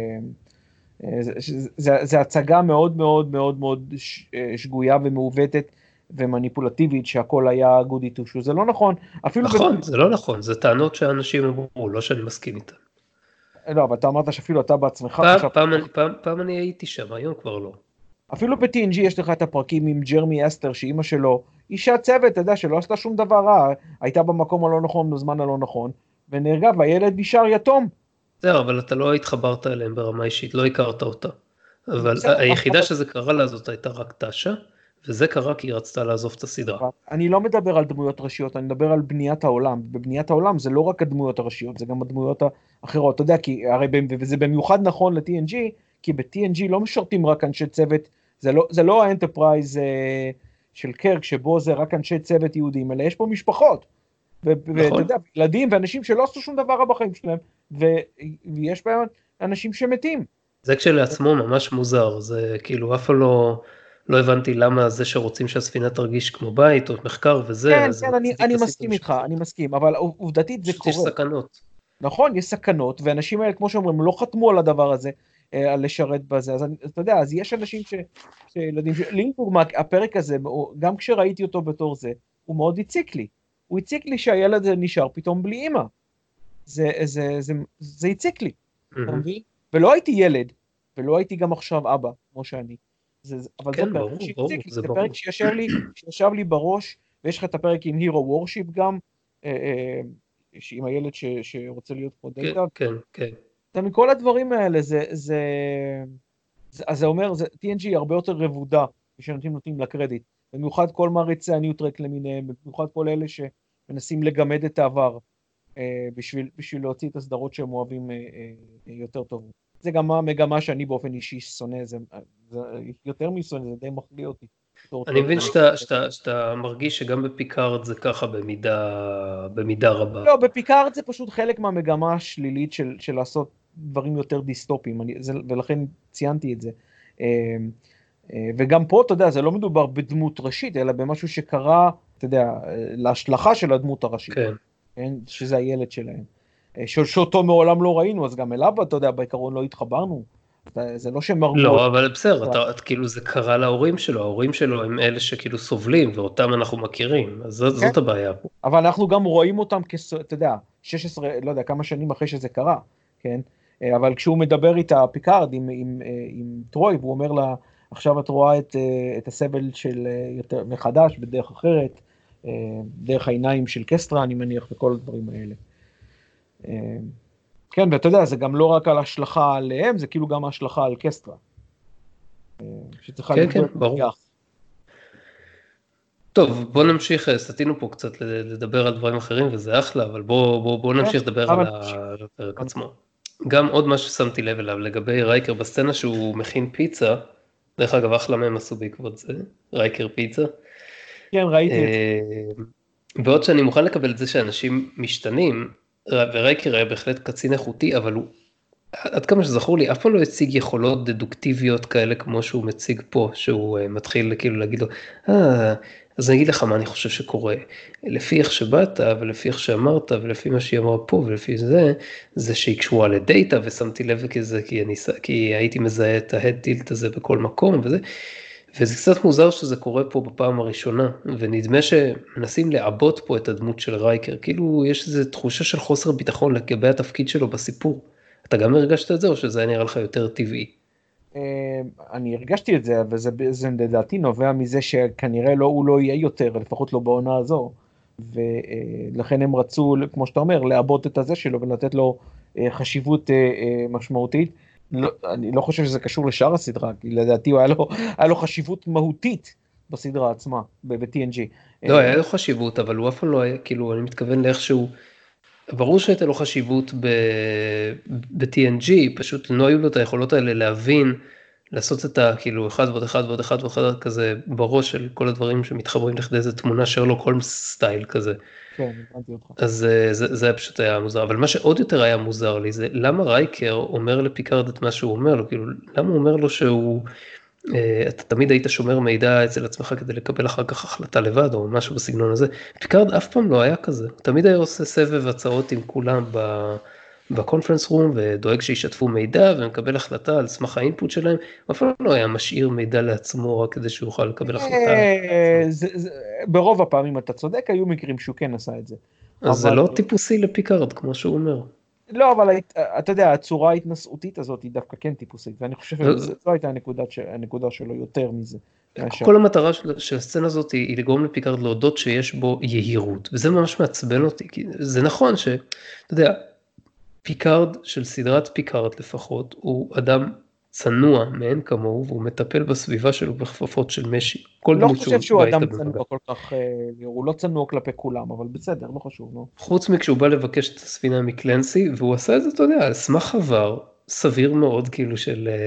זה הצגה מאוד מאוד מאוד מאוד שגויה ומעוותת ומניפולטיבית שהכל היה גודי טושו, זה לא נכון, אפילו... נכון, זה לא נכון, זה טענות שהאנשים אמרו, לא שאני מסכים איתן. לא, אבל אתה אמרת שאפילו אתה בעצמך... פעם אני הייתי שם, היום כבר לא. אפילו ב-TNG יש לך את הפרקים עם ג'רמי אסטר, שאימא שלו, אישה צוות, אתה יודע, שלא עשתה שום דבר רע, הייתה במקום הלא נכון, בזמן הלא נכון, ונהרגה, והילד נשאר יתום. זהו, אבל אתה לא התחברת אליהם ברמה אישית, לא הכרת אותה. אבל היחידה שזה קרה לה זאת הייתה רק טאשה, וזה קרה כי היא רצתה לעזוב את הסדרה. אני לא מדבר על דמויות ראשיות, אני מדבר על בניית העולם. בבניית העולם זה לא רק הדמויות הראשיות, זה גם הדמויות האחרות. אתה יודע, וזה במיוחד נכון ל-TNG, כי ב-TNG לא משרתים רק אנשי צוות, זה לא האנטרפרייז של קרק, שבו זה רק אנשי צוות יהודים, אלא יש פה משפחות. ואתה יודע, ילדים ואנשים שלא עשו שום דבר רע בחיים שלהם, ויש בהם אנשים שמתים. זה כשלעצמו ממש מוזר, זה כאילו אף לא הבנתי למה זה שרוצים שהספינה תרגיש כמו בית או מחקר וזה. כן, כן, אני מסכים איתך, אני מסכים, אבל עובדתית זה קורה. יש סכנות. נכון, יש סכנות, ואנשים האלה, כמו שאומרים, לא חתמו על הדבר הזה, על לשרת בזה, אז אתה יודע, אז יש אנשים שילדים, לינקורג, הפרק הזה, גם כשראיתי אותו בתור זה, הוא מאוד הציק לי. הוא הציק לי שהילד הזה נשאר פתאום בלי אמא. זה הציק לי, אתה מבין? ולא הייתי ילד, ולא הייתי גם עכשיו אבא, כמו שאני. אבל זה פרק שהציק לי, זה פרק שישב לי בראש, ויש לך את הפרק עם הירו וורשיפ גם, עם הילד שרוצה להיות פה דלתה. כן, כן. מכל הדברים האלה, אז זה אומר, TNG היא הרבה יותר רבודה, ושנותנים לה קרדיט. במיוחד כל מעריצי הניוטרק למיניהם, במיוחד כל אלה שמנסים לגמד את העבר, בשביל להוציא את הסדרות שהם אוהבים יותר טוב. זה גם המגמה שאני באופן אישי שונא, זה יותר משונא, זה די מחליא אותי. אני מבין שאתה מרגיש שגם בפיקארד זה ככה במידה רבה. לא, בפיקארד זה פשוט חלק מהמגמה השלילית של לעשות דברים יותר דיסטופיים, ולכן ציינתי את זה. וגם פה, אתה יודע, זה לא מדובר בדמות ראשית, אלא במשהו שקרה, אתה יודע, להשלכה של הדמות הראשית. כן. שזה הילד שלהם. שאותו מעולם לא ראינו, אז גם אליו, אתה יודע, בעיקרון לא התחברנו. זה לא שמרגו... לא, אבל בסדר, כאילו זה קרה להורים שלו, ההורים שלו הם אלה שכאילו סובלים, ואותם אנחנו מכירים, אז זאת הבעיה פה. אבל אנחנו גם רואים אותם, אתה יודע, 16, לא יודע, כמה שנים אחרי שזה קרה, כן? אבל כשהוא מדבר איתה, פיקארד, עם טרוי, והוא אומר לה, עכשיו את רואה את הסבל של יותר מחדש, בדרך אחרת, דרך העיניים של קסטרה, אני מניח, וכל הדברים האלה. כן, ואתה יודע, זה גם לא רק על השלכה עליהם, זה כאילו גם השלכה על קסטרה. כן, כן, ברור. טוב, בוא נמשיך, סתינו פה קצת לדבר על דברים אחרים, וזה אחלה, אבל בוא נמשיך לדבר על הפרק עצמו. גם עוד מה ששמתי לב אליו, לגבי רייקר בסצנה שהוא מכין פיצה, דרך אגב, אחלה מהם עשו בעקבות זה, רייקר פיצה. כן, ראיתי את זה. בעוד שאני מוכן לקבל את זה שאנשים משתנים, ורייקר היה בהחלט קצין איכותי, אבל הוא, עד כמה שזכור לי, אף פעם לא הציג יכולות דדוקטיביות כאלה כמו שהוא מציג פה, שהוא מתחיל כאילו להגיד לו, אז אני אגיד לך מה אני חושב שקורה, לפי איך שבאת ולפי איך שאמרת ולפי מה שהיא אמרה פה ולפי זה שהיא קשורה לדאטה ושמתי לב כזה כי הייתי מזהה את ההד טילט הזה בכל מקום וזה קצת מוזר שזה קורה פה בפעם הראשונה, ונדמה שמנסים לעבות פה את הדמות של רייקר, כאילו יש איזו תחושה של חוסר ביטחון לגבי התפקיד שלו בסיפור. אתה גם הרגשת את זה, או שזה נראה לך יותר טבעי? אני הרגשתי את זה, וזה לדעתי נובע מזה שכנראה הוא לא יהיה יותר, לפחות לא בעונה הזו, ולכן הם רצו, כמו שאתה אומר, לעבות את הזה שלו, ולתת לו חשיבות משמעותית, לא, אני לא חושב שזה קשור לשאר הסדרה, כי לדעתי היה לו חשיבות מהותית בסדרה עצמה, ב-TNG. לא, היה לו חשיבות, אבל הוא אף פעם לא היה, כאילו, אני מתכוון לאיכשהו, ברור שהייתה לו חשיבות ב-TNG, פשוט לא היו לו את היכולות האלה להבין, לעשות את ה, כאילו, אחד ועוד אחד ועוד אחד ועוד אחד כזה, בראש של כל הדברים שמתחברים לכדי איזה תמונה שרלוק הולמס סטייל כזה. כן, הבנתי אותך. אז זה היה פשוט היה מוזר, אבל מה שעוד יותר היה מוזר לי זה למה רייקר אומר לפיקארד את מה שהוא אומר לו, כאילו למה הוא אומר לו שהוא, אתה תמיד היית שומר מידע אצל עצמך כדי לקבל אחר כך החלטה לבד או משהו בסגנון הזה, פיקארד אף פעם לא היה כזה, הוא תמיד היה עושה סבב הצעות עם כולם בקונפרנס רום ודואג שישתפו מידע ומקבל החלטה על סמך האינפוט שלהם, אף פעם לא היה משאיר מידע לעצמו רק כדי שהוא יוכל לקבל החלטה. ברוב הפעמים אתה צודק, היו מקרים שהוא כן עשה את זה. אז זה לא טיפוסי לפיקארד כמו שהוא אומר. לא, אבל אתה יודע, הצורה ההתנשאותית הזאת היא דווקא כן טיפוסית, ואני חושב שזו הייתה הנקודה שלו יותר מזה. כל המטרה של הסצנה הזאת היא לגרום לפיקארד להודות שיש בו יהירות, וזה ממש מעצבן אותי, כי זה נכון שאתה יודע, פיקארד של סדרת פיקארד לפחות, הוא אדם צנוע מאין כמוהו, והוא מטפל בסביבה שלו בכפפות של משי. לא חושב שהוא אדם צנוע כל כך, הוא לא צנוע כלפי כולם, אבל בסדר, לא חשוב, לא. חוץ מכשהוא בא לבקש את הספינה מקלנסי, והוא עשה את זה, אתה יודע, על סמך עבר סביר מאוד, כאילו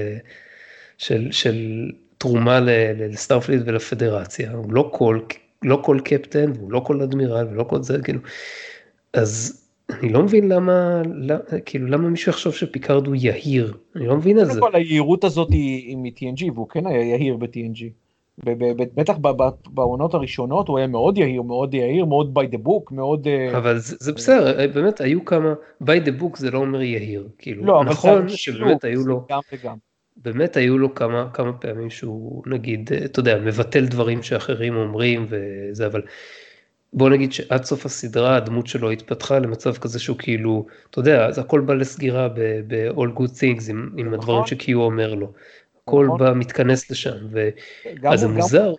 של תרומה לסטארפליט ולפדרציה, הוא לא כל קפטן, והוא לא כל אדמירל, ולא כל זה, כאילו, אז אני לא מבין למה מישהו יחשוב שפיקארד הוא יהיר, אני לא מבין את זה. קודם כל, היהירות הזאת היא מ-TNG, והוא כן היה יהיר ב-TNG. בטח בעונות הראשונות הוא היה מאוד יהיר, מאוד by the book, מאוד... אבל זה בסדר, באמת היו כמה, by the book זה לא אומר יהיר, כאילו, נכון שבאמת היו לו... גם וגם. באמת היו לו כמה פעמים שהוא נגיד, אתה יודע, מבטל דברים שאחרים אומרים וזה, אבל בוא נגיד שעד סוף הסדרה הדמות שלו התפתחה למצב כזה שהוא כאילו, אתה יודע, אז הכל בא לסגירה ב-all good things עם הדברים שקיו אומר לו, הכל בא מתכנס לשם, אז זה מוזר,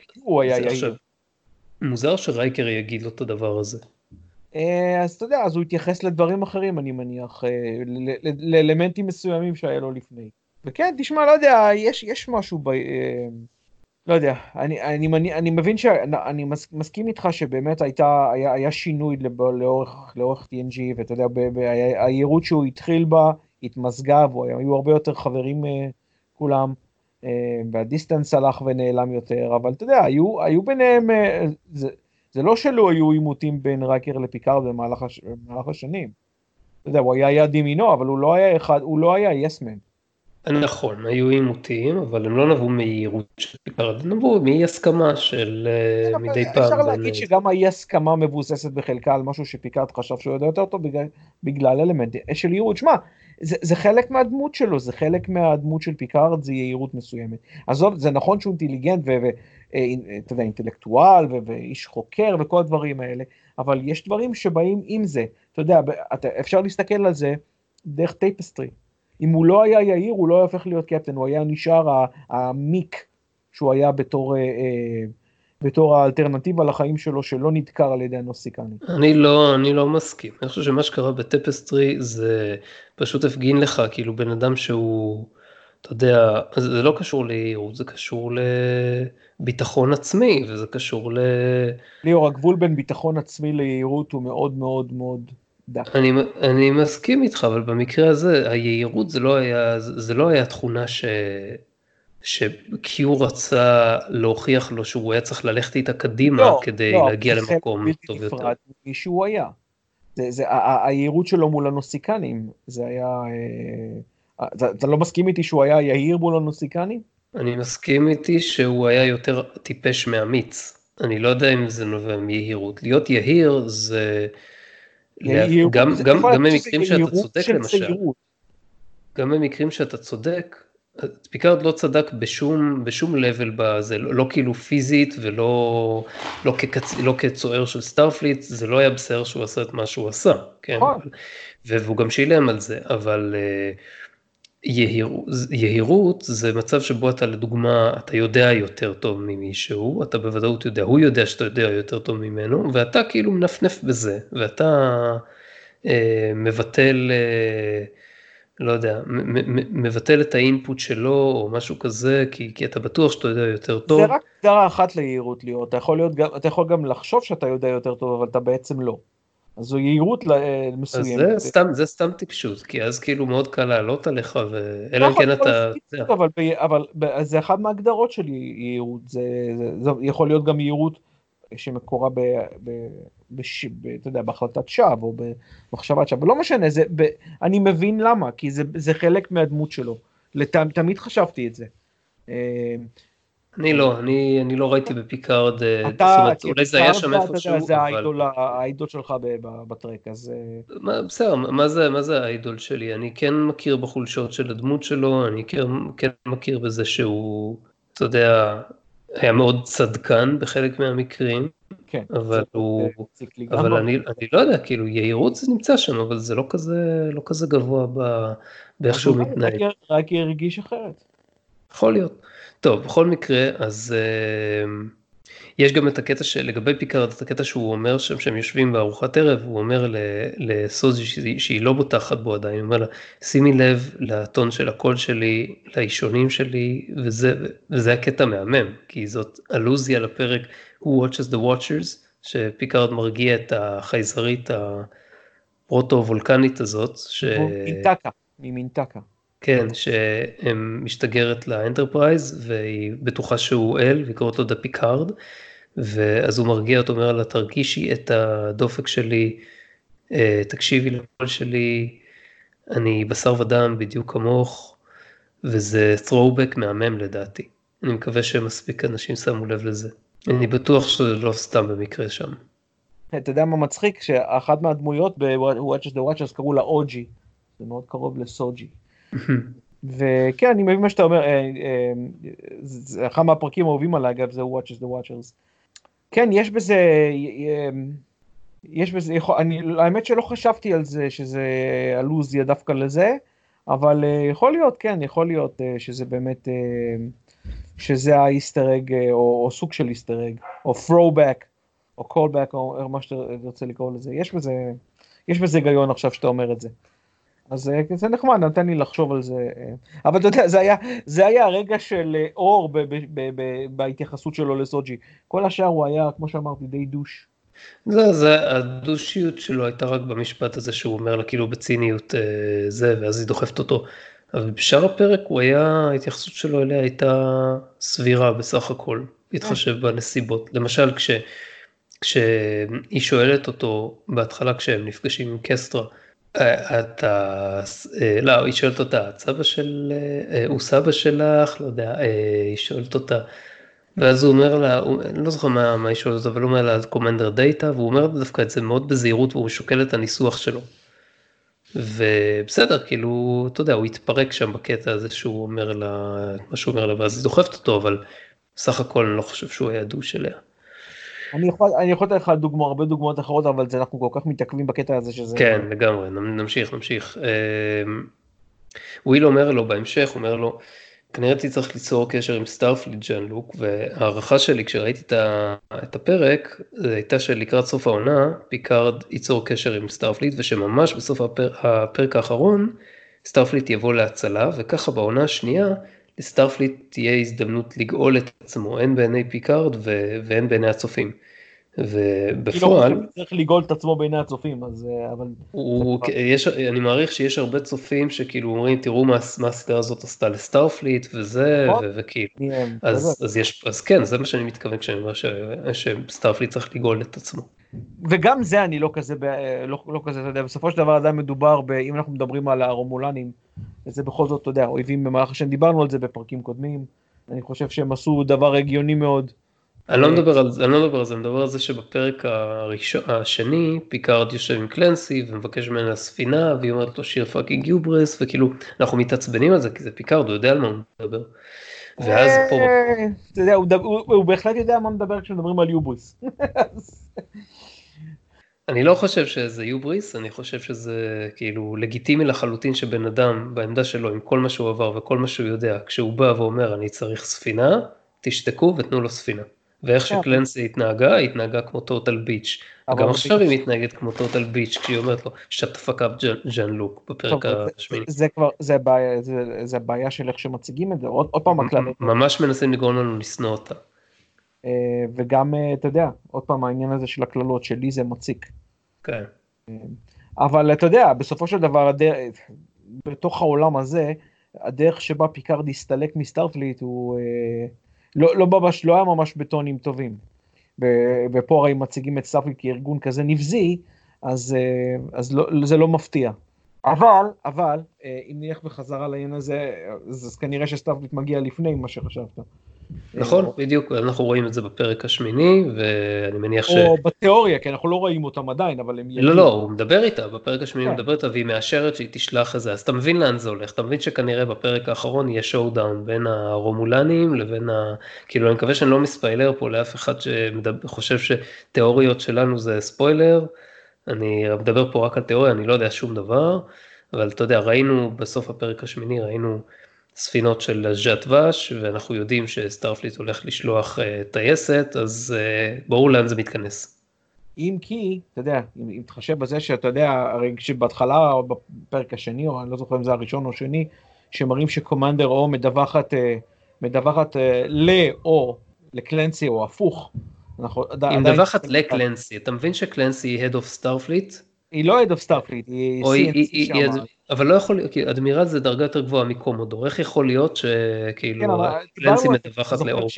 מוזר שרייקר יגיד לו את הדבר הזה. אז אתה יודע, אז הוא התייחס לדברים אחרים, אני מניח, לאלמנטים מסוימים שהיה לו לפני. וכן, תשמע, לא יודע, יש משהו לא יודע, אני מבין שאני מסכים איתך שבאמת היה שינוי לאורך TNG, ואתה יודע, היהירות שהוא התחיל בה, התמזגה, והיו הרבה יותר חברים כולם, והדיסטנס הלך ונעלם יותר, אבל אתה יודע, היו ביניהם, זה לא שלא היו עימותים בין רייקר לפיקארד במהלך השנים. אתה יודע, הוא היה יד ימינו, אבל הוא לא היה יסמן. נכון, היו עימותים, אבל הם לא נבעו מיהירות של פיקארד, הם נבעו מאי הסכמה של מדי פעם. אפשר להגיד שגם האי הסכמה מבוססת בחלקה על משהו שפיקארד חשב שהוא יודע יותר טוב בגלל אלמנט של יהירות. שמע, זה חלק מהדמות שלו, זה חלק מהדמות של פיקארד, זה יהירות מסוימת. אז זה נכון שהוא אינטליגנט ואתה יודע, אינטלקטואל ואיש חוקר וכל הדברים האלה, אבל יש דברים שבאים עם זה. אתה יודע, אפשר להסתכל על זה דרך טייפסטרי. אם הוא לא היה יהיר, הוא לא היה הופך להיות קפטן, הוא היה נשאר המיק שהוא היה בתור האלטרנטיבה לחיים שלו, שלא נדקר על ידי הנוסיקני. אני לא מסכים. אני חושב שמה שקרה בטפסטרי זה פשוט הפגין לך, כאילו בן אדם שהוא, אתה יודע, זה לא קשור ליהירות, זה קשור לביטחון עצמי, וזה קשור ליאור, הגבול בין ביטחון עצמי ליהירות הוא מאוד מאוד מאוד דק. אני מסכים איתך, אבל במקרה הזה, היהירות זה לא היה תכונה שקיו רצה להוכיח לו שהוא היה צריך ללכת איתה קדימה כדי להגיע למקום טוב יותר. לא, מי שהוא היה. היהירות שלו מול הנוסיקנים, זה היה... אתה לא מסכים איתי שהוא היה יהיר מול הנוסיקנים? אני מסכים איתי שהוא היה יותר טיפש מאמיץ. אני לא יודע אם זה נובע מיהירות. להיות יהיר זה... גם במקרים שאתה צודק למשל, גם במקרים שאתה צודק, פיקארד לא צדק בשום לבל בזה, לא כאילו פיזית ולא כצוער של סטארפליט, זה לא היה בסדר שהוא עשה את מה שהוא עשה, כן? והוא גם שילם על זה, אבל יהירות זה מצב שבו אתה לדוגמה, אתה יודע יותר טוב ממישהו, אתה בוודאות יודע, הוא יודע שאתה יודע יותר טוב ממנו, ואתה כאילו מנפנף בזה, ואתה מבטל, לא יודע, מבטל את האינפוט שלו או משהו כזה, כי אתה בטוח שאתה יודע יותר זה טוב. רק הגדרה אחת ליהירות להיות, אתה יכול גם לחשוב שאתה יודע יותר טוב, אבל אתה בעצם לא. אז זו יהירות אז מסוימת. זה סתם טיפשות, כי אז כאילו מאוד קל לעלות עליך, אלא אם נכון, כן כל אתה, טיפשות, אבל זה אחת מההגדרות של יהירות, זה יכול להיות גם יהירות שמקורה אתה יודע, בהחלטת שווא או במחשבת שווא, לא משנה, אני מבין למה, כי זה חלק מהדמות שלו, תמיד חשבתי את זה. אני לא ראיתי בפיקארד, זאת אתה, אומרת, אולי זה היה כפיקארד שם זה, אתה יודע, איפשהו, זה אבל האידול שלך בטרק, אז בסדר, מה זה האידול שלי? אני כן מכיר בחולשות של הדמות שלו, אני כן מכיר בזה שהוא, אתה יודע, היה מאוד צדקן בחלק מהמקרים, כן, זה אבל מציק לי גם. אבל אני לא יודע, כאילו יהירות זה נמצא שם, אבל זה לא כזה גבוה באיך אז שהוא אולי מתנהג. רק הרגיש אחרת. יכול להיות. טוב, בכל מקרה, אז יש גם את הקטע לגבי פיקארד, את הקטע שהוא אומר שם שהם יושבים בארוחת ערב, הוא אומר לסוזי שהיא לא בוטחת בו עדיין, הוא אומר לה, שימי לב לטון של הקול שלי, לאישונים שלי, וזה הקטע מהמם, כי זאת אלוזיה לפרק Who Watches the Watchers, שפיקארד מרגיע את החייזרית הפרוטו-וולקנית הזאת, ממינטקה. כן, שמשתגרת לאנטרפרייז, והיא בטוחה שהוא אל, והיא קוראת לו דה פיקארד, ואז הוא מרגיע אותו, אומר לה, תרגישי את הדופק שלי, תקשיבי לקול שלי, אני בשר ודם בדיוק כמוך, וזה throwback מהמם לדעתי. אני מקווה שמספיק אנשים שמו לב לזה. אני בטוח שזה לא סתם במקרה שם. אתה יודע מה מצחיק? שאחת מהדמויות ב-Watches the Watchers קראו לה אוג'י, זה מאוד קרוב לסוג'י. וכן, אני מבין מה שאתה אומר, זה אחד מהפרקים האהובים עליי, אגב, זה Watches the Watchers. כן, האמת שלא חשבתי על זה, שזה אלוזיה דווקא לזה, אבל יכול להיות, כן, יכול להיות שזה באמת, שזה האיסטר-אג, או סוג של איסטר-אג, או throwback, או callback, או מה שאתה רוצה לקרוא לזה. יש בזה היגיון עכשיו שאתה אומר את זה. אז זה נחמד, נתן לי לחשוב על זה. אבל אתה יודע, זה היה הרגע של אור בהתייחסות שלו לסוג'י. כל השאר הוא היה, כמו שאמרתי, די דוש. הדושיות שלו הייתה רק במשפט הזה שהוא אומר לה כאילו בציניות זה, ואז היא דוחפת אותו. אבל בשאר הפרק ההתייחסות שלו אליה הייתה סבירה בסך הכל, להתחשב בנסיבות. למשל, כשהיא שואלת אותו בהתחלה כשהם נפגשים עם קסטרה, לא, היא שואלת אותה, הוא סבא שלך, לא יודע, היא שואלת אותה, ואז הוא אומר לה, אני לא זוכר מה היא שואלת אותה, אבל הוא אומר לה, קומנדר דאטה, והוא אומר דווקא את זה מאוד בזהירות, והוא שוקל את הניסוח שלו. ובסדר, כאילו, אתה יודע, הוא התפרק שם בקטע הזה שהוא אומר לה, מה שהוא אומר לה, ואז היא דוחפת אותו, אבל בסך הכל אני לא חושב שהוא היה דוש אליה. אני יכול לתת לך הרבה דוגמאות אחרות, אבל אנחנו כל כך מתעכבים בקטע הזה שזה... כן, לגמרי, נמשיך. וויל אומר לו בהמשך, אומר לו, כנראה תצטרך ליצור קשר עם סטארפליט ג'אן לוק, והערכה שלי כשראיתי את הפרק, זה הייתה שלקראת סוף העונה, פיקארד ייצור קשר עם סטארפליט, ושממש בסוף הפרק האחרון, סטארפליט יבוא להצלה, וככה בעונה השנייה, לסטארפליט תהיה הזדמנות לגאול את עצמו, הן בעיני פיקארד והן בעיני הצופים. ובפועל... אני לא צריך לגאול את עצמו בעיני הצופים, אבל... אני מעריך שיש הרבה צופים שכאילו אומרים, תראו מה הסדרה הזאת עשתה לסטארפליט וזה, וכאילו, אז כן, זה מה שאני מתכוון כשאני אומר שסטארפליט צריך לגאול את עצמו. וגם זה אני לא כזה, אתה יודע, בסופו של דבר עדיין מדובר, אם אנחנו מדברים על הרומולנים, זה בכל זאת, אתה יודע, אויבים במערכה שדיברנו על זה בפרקים קודמים, אני חושב שהם עשו דבר הגיוני מאוד. אני לא מדבר על זה, אני מדבר על זה שבפרק השני, פיקארד יושב עם קלנסי ומבקש ממנה ספינה, והיא אומרת לו שיר פאקינג יוברס, וכאילו, אנחנו מתעצבנים על זה, כי זה פיקארד, הוא יודע על מה הוא מדבר. ואז פה... אתה יודע, הוא בהחלט יודע על מה מדבר כשמדברים על יובריס. אני לא חושב שזה יובריס, אני חושב שזה כאילו לגיטימי לחלוטין שבן אדם בעמדה שלו עם כל מה שהוא עבר וכל מה שהוא יודע, כשהוא בא ואומר אני צריך ספינה, תשתקו ותנו לו ספינה. ואיך שקלנסי התנהגה, היא התנהגה כמו טוטל ביץ'. וגם עכשיו היא מתנהגת כמו טוטל ביץ', כשהיא אומרת לו, shut the fuck up ג'אן לוק, בפרק השמיני. זה בעיה של איך שמציגים את זה, עוד פעם הקללות. ממש מנסים לגרום לנו לשנוא אותה. וגם, אתה יודע, עוד פעם העניין הזה של הקללות, שלי זה מציק. כן. אבל אתה יודע, בסופו של דבר, בתוך העולם הזה, הדרך שבה פיקארד הסתלק מסטארפליט, הוא לא היה ממש בטונים טובים. ופה הרי מציגים את סטארפליט כארגון כזה נבזי, אז זה לא מפתיע. אבל, אם נלך בחזרה לעניין הזה, אז כנראה שסטארפליט מגיע לפני מה שחשבת. נכון, בדיוק, אנחנו רואים את זה בפרק השמיני, ואני מניח או בתיאוריה, כי אנחנו לא רואים אותם עדיין, אבל הם יגיעו. לא, הוא מדבר איתה, בפרק השמיני הוא מדבר איתה, והיא מאשרת שהיא תשלח את זה, אז אתה מבין לאן זה הולך, אתה מבין שכנראה בפרק האחרון יהיה שואו דאון בין הרומולנים לבין כאילו אני מקווה שאני לא מספיילר פה לאף אחד שחושב שתיאוריות שלנו זה ספוילר, אני מדבר פה רק על תיאוריה, אני לא יודע שום דבר, אבל אתה יודע, ראינו בסוף הפרק השמיני, ראינו ספינות של ז'אט ואש, ואנחנו יודעים שסטארפליט הולך לשלוח טייסת, אז ברור לאן זה מתכנס. אם כי, אתה יודע, אם תחשב בזה שאתה יודע, הרי שבהתחלה או בפרק השני, או אני לא זוכר אם זה הראשון או שני, שמראים שקומנדר או מדווחת או לקלנסי או הפוך. היא מדווחת לקלנסי, אתה מבין שקלנסי היא Head of Starfleet? היא לא Head of Starfleet, היא CNC שם. אבל לא יכול להיות, כי אדמירל זה דרגה יותר גבוהה מקומודור, איך יכול להיות שכאילו קלנסי מדווחת לאור?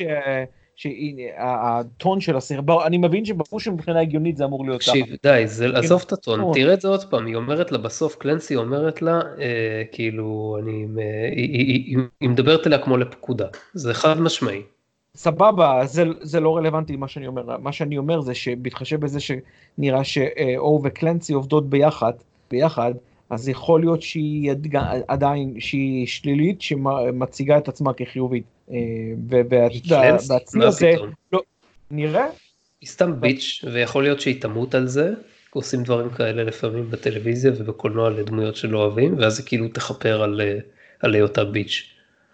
שהטון של הסרט, אני מבין שברור שמבחינה הגיונית זה אמור להיות ככה. די, עזוב את הטון, תראה את זה עוד פעם, היא אומרת לה בסוף, קלנסי אומרת לה, כאילו, היא מדברת אליה כמו לפקודה, זה חד משמעי. סבבה, זה לא רלוונטי מה שאני אומר, מה שאני אומר זה שבהתחשב בזה שנראה שאו וקלנסי עובדות ביחד, אז יכול להיות שהיא עדיין, שהיא שלילית, שמציגה את עצמה כחיובית. והציר הזה, לא, נראה? היא סתם ביץ', ויכול להיות שהיא תמות על זה, עושים דברים כאלה לפעמים בטלוויזיה ובקולנוע לדמויות שלא אוהבים, ואז היא כאילו תחפר על היותה ביץ'.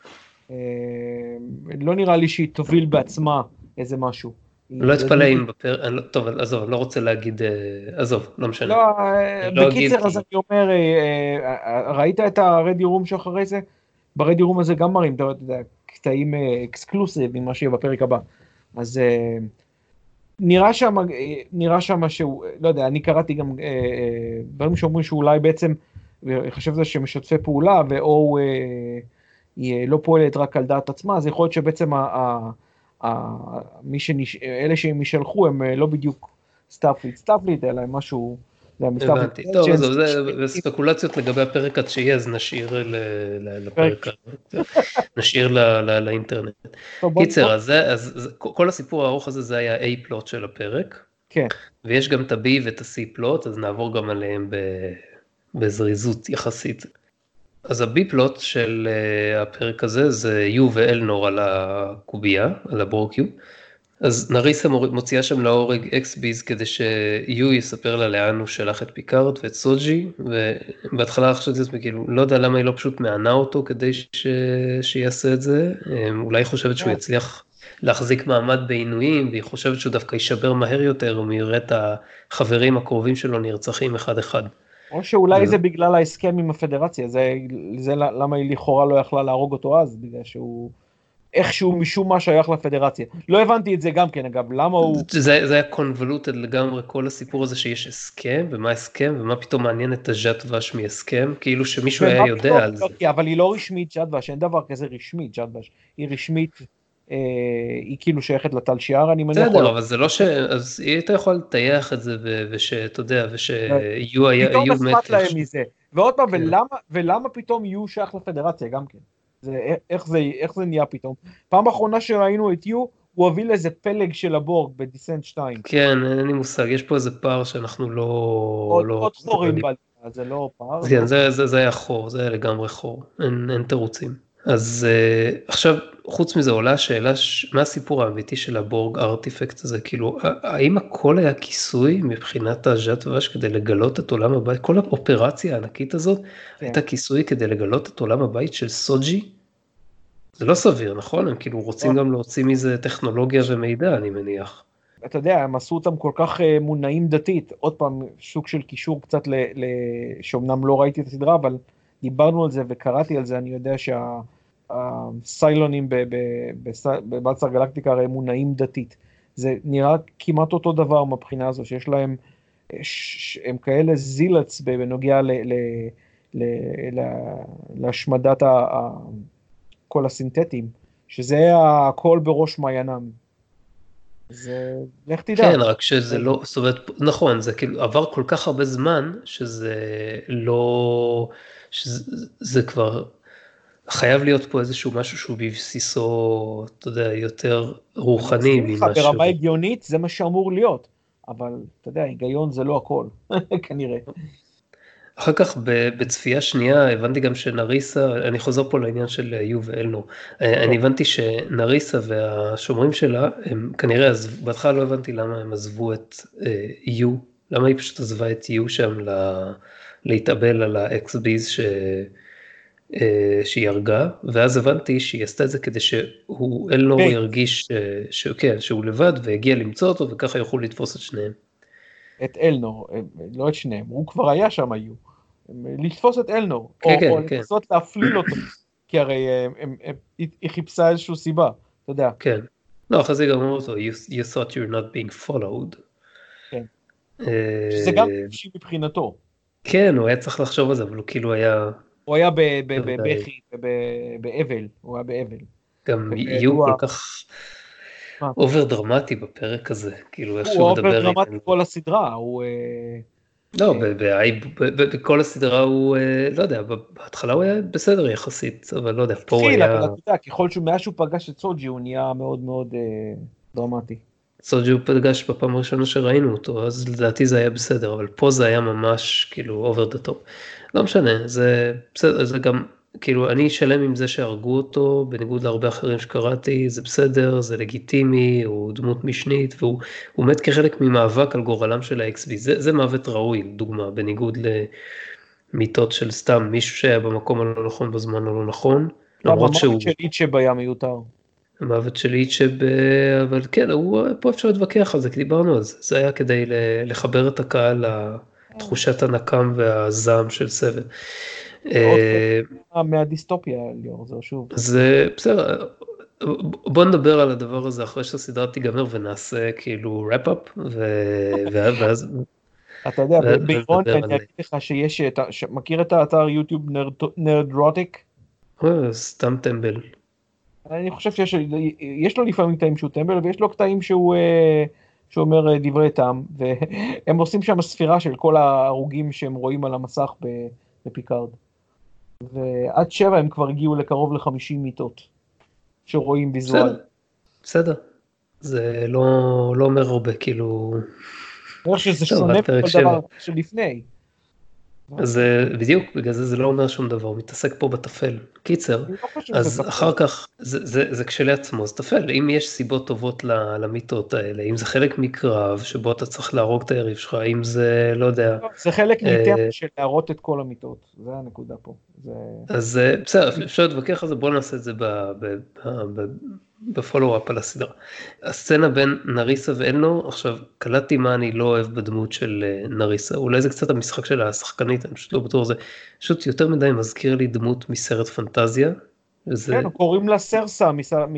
לא נראה לי שהיא תוביל בעצמה איזה משהו. לא אתפלא אם טוב, עזוב, אני לא רוצה להגיד, עזוב, לא משנה. לא, בקיצר, אז אני אומר, ראית את הרדי רום שאחרי זה? ברדי רום הזה גם מראים, אתה יודע, קטעים אקסקלוסיב ממה שיהיה בפרק הבא. אז נראה שם שהוא, לא יודע, אני קראתי גם דברים שאומרים שאולי בעצם, חשב זה שמשתפי פעולה, ואו היא לא פועלת רק על דעת עצמה, אז יכול להיות שבעצם אלה שהם ישלחו הם לא בדיוק סטארפליט, אלא הם משהו... הבנתי, טוב, זה ספקולציות לגבי הפרק עד שיהיה, אז נשאיר לפרק, נשאיר לאינטרנט. קיצר, אז כל הסיפור הארוך הזה זה היה A-פלוט של הפרק, ויש גם את ה-B ואת ה-C-פלוט, אז נעבור גם עליהם בזריזות יחסית. אז ה-B-פלוט של הפרק הזה זה U ואלנור על הקובייה, על הבורקיו, אז נריסה מוציאה שם להורג אקס-ביז כדי שיו יספר לה לאן הוא שלח את פיקארד ואת סוג'י, ובהתחלה חשבתי לעצמי, כאילו, לא יודע למה היא לא פשוט מענה אותו כדי שיעשה את זה, אולי היא חושבת שהוא יצליח להחזיק מעמד בעינויים, והיא חושבת שהוא דווקא יישבר מהר יותר, ומראה את החברים הקרובים שלו נרצחים אחד-אחד. או שאולי זה בגלל ההסכם עם הפדרציה, זה למה היא לכאורה לא יכלה להרוג אותו אז, בגלל שהוא... איכשהו משום מה שייך לפדרציה. לא הבנתי את זה גם כן, אגב, למה הוא... זה היה קונבולוטד לגמרי, כל הסיפור הזה שיש הסכם, ומה הסכם, ומה פתאום מעניין את הז'אט ואש מהסכם, כאילו שמישהו היה יודע על זה. אבל היא לא רשמית ז'אט ואש, אין דבר כזה רשמית ז'אט ואש, היא רשמית, היא כאילו שייכת לטל שיער, אני מניח... בסדר, אבל זה לא ש... אז היא הייתה יכולה לטייח את זה, ושאתה יודע, ושיהיו... פתאום אכפת להם מזה. ועוד פעם, ולמה פתאום יהיו שייך לפדרציה גם כן? איך זה נהיה פתאום? פעם האחרונה שראינו את יו, הוא הוביל איזה פלג של הבורג בדיסנט 2. כן, אין לי מושג, יש פה איזה פער שאנחנו לא... עוד חורים בלדה, זה לא פער. כן, זה היה חור, זה היה לגמרי חור, אין תירוצים. אז עכשיו, חוץ מזה עולה השאלה, מה הסיפור האמיתי של הבורג ארטיפקט הזה? כאילו, האם הכל היה כיסוי מבחינת הז'אט ואש כדי לגלות את עולם הבית? כל האופרציה הענקית הזאת הייתה כיסוי כדי לגלות את עולם הבית של סוג'י? זה לא סביר, נכון? הם כאילו רוצים גם להוציא מזה טכנולוגיה ומידע, אני מניח. אתה יודע, הם עשו אותם כל כך מונעים דתית, עוד פעם, שוק של קישור קצת שאומנם לא ראיתי את הסדרה, אבל דיברנו על זה וקראתי על זה, אני יודע שהסיילונים בבצר גלקטיקה הרי מונעים דתית. זה נראה כמעט אותו דבר מבחינה הזו, שיש להם, הם כאלה זילץ בנוגע להשמדת כל הסינתטים, שזה הכל בראש מעיינם. זה, לך תדע. כן, רק שזה לא, זאת אומרת, נכון, זה כאילו עבר כל כך הרבה זמן, שזה לא, שזה כבר חייב להיות פה איזשהו משהו שהוא בבסיסו, אתה יודע, יותר רוחני ממשהו. ברמה הגיונית זה מה שאמור להיות, אבל אתה יודע, היגיון זה לא הכל, כנראה. אחר כך בצפייה שנייה הבנתי גם שנריסה, אני חוזר פה לעניין של יו ואלנור, אני הבנתי שנריסה והשומרים שלה, הם כנראה, בהתחלה לא הבנתי למה הם עזבו את יו, למה היא פשוט עזבה את יו שם להתאבל על האקס-ביז שהיא הרגה, ואז הבנתי שהיא עשתה את זה כדי שאלנור ירגיש שהוא לבד והגיע למצוא אותו, וככה יוכלו לתפוס את שניהם. את אלנור, לא את שניהם, הוא כבר היה שם היו. לתפוס את אלנור, או לנסות להפליל אותו, כי הרי היא חיפשה איזושהי סיבה, אתה יודע. כן. לא, אחרי זה גם אמרו אותו, you thought you're not being followed. כן. שזה גם חופשי מבחינתו. כן, הוא היה צריך לחשוב על זה, אבל הוא כאילו היה... הוא היה בבכי, באבל, הוא היה באבל. גם יהיו כל כך אובר דרמטי בפרק הזה, כאילו איך שהוא מדבר. הוא אובר דרמטי כל הסדרה, הוא... לא, בכל הסדרה הוא, לא יודע, בהתחלה הוא היה בסדר יחסית, אבל לא יודע, פה הוא היה... אבל אתה יודע, ככל שמאז שהוא פגש את סוג'י, הוא נהיה מאוד מאוד דרמטי. סוג'י הוא פגש בפעם הראשונה שראינו אותו, אז לדעתי זה היה בסדר, אבל פה זה היה ממש כאילו אובר דה טופ. לא משנה, זה בסדר, זה גם, כאילו אני שלם עם זה שהרגו אותו, בניגוד להרבה אחרים שקראתי, זה בסדר, זה לגיטימי, הוא דמות משנית, והוא מת כחלק ממאבק על גורלם של ה-XB, זה מוות ראוי, דוגמה, בניגוד למיטות של סתם מישהו שהיה במקום הלא נכון בזמן הלא נכון, למרות שהוא... המוות של איצ'ב היה מיותר. המוות של איצ'ב, אבל כן, פה אפשר להתווכח על זה, כי דיברנו על זה, זה היה כדי לחבר את הקהל לתחושת הנקם והזעם של סבל. מהדיסטופיה, ליאור, זה שוב. זה בסדר, בוא נדבר על הדבר הזה אחרי שהסדרה תיגמר ונעשה כאילו ראפ-אפ, ואז... אתה יודע, בעיקרון אני אגיד לך שיש, מכיר את האתר יוטיוב נרדרוטיק? סתם טמבל. אני חושב שיש לו לפעמים קטעים שהוא טמבל, ויש לו קטעים שהוא אומר דברי טעם, והם עושים שם ספירה של כל ההרוגים שהם רואים על המסך בפיקארד. ועד 7 הם כבר הגיעו לקרוב ל50 מיטות שרואים ויזואל. בסדר, זה לא אומר הרבה, כאילו... אני חושב שזה שונה כל דבר שלפני. אז בדיוק, בגלל זה לא אומר שום דבר, הוא מתעסק פה בתפל. קיצר, אז אחר כך, זה כשלעצמו, זה תפל. אם יש סיבות טובות למיטות האלה, אם זה חלק מקרב שבו אתה צריך להרוג את היריב שלך, אם זה, לא יודע... זה חלק ניתן של להראות את כל המיטות, זה הנקודה פה. אז בסדר, אפשר להתווכח על זה, בואו נעשה את זה בפולו-אפ על הסדרה. הסצנה בין נריסה ואלנור, עכשיו קלטתי מה אני לא אוהב בדמות של נריסה, אולי זה קצת המשחק של השחקנית, אני פשוט לא בטוח זה, פשוט יותר מדי מזכיר לי דמות מסרט פנטזיה. כן, קוראים לה סרסה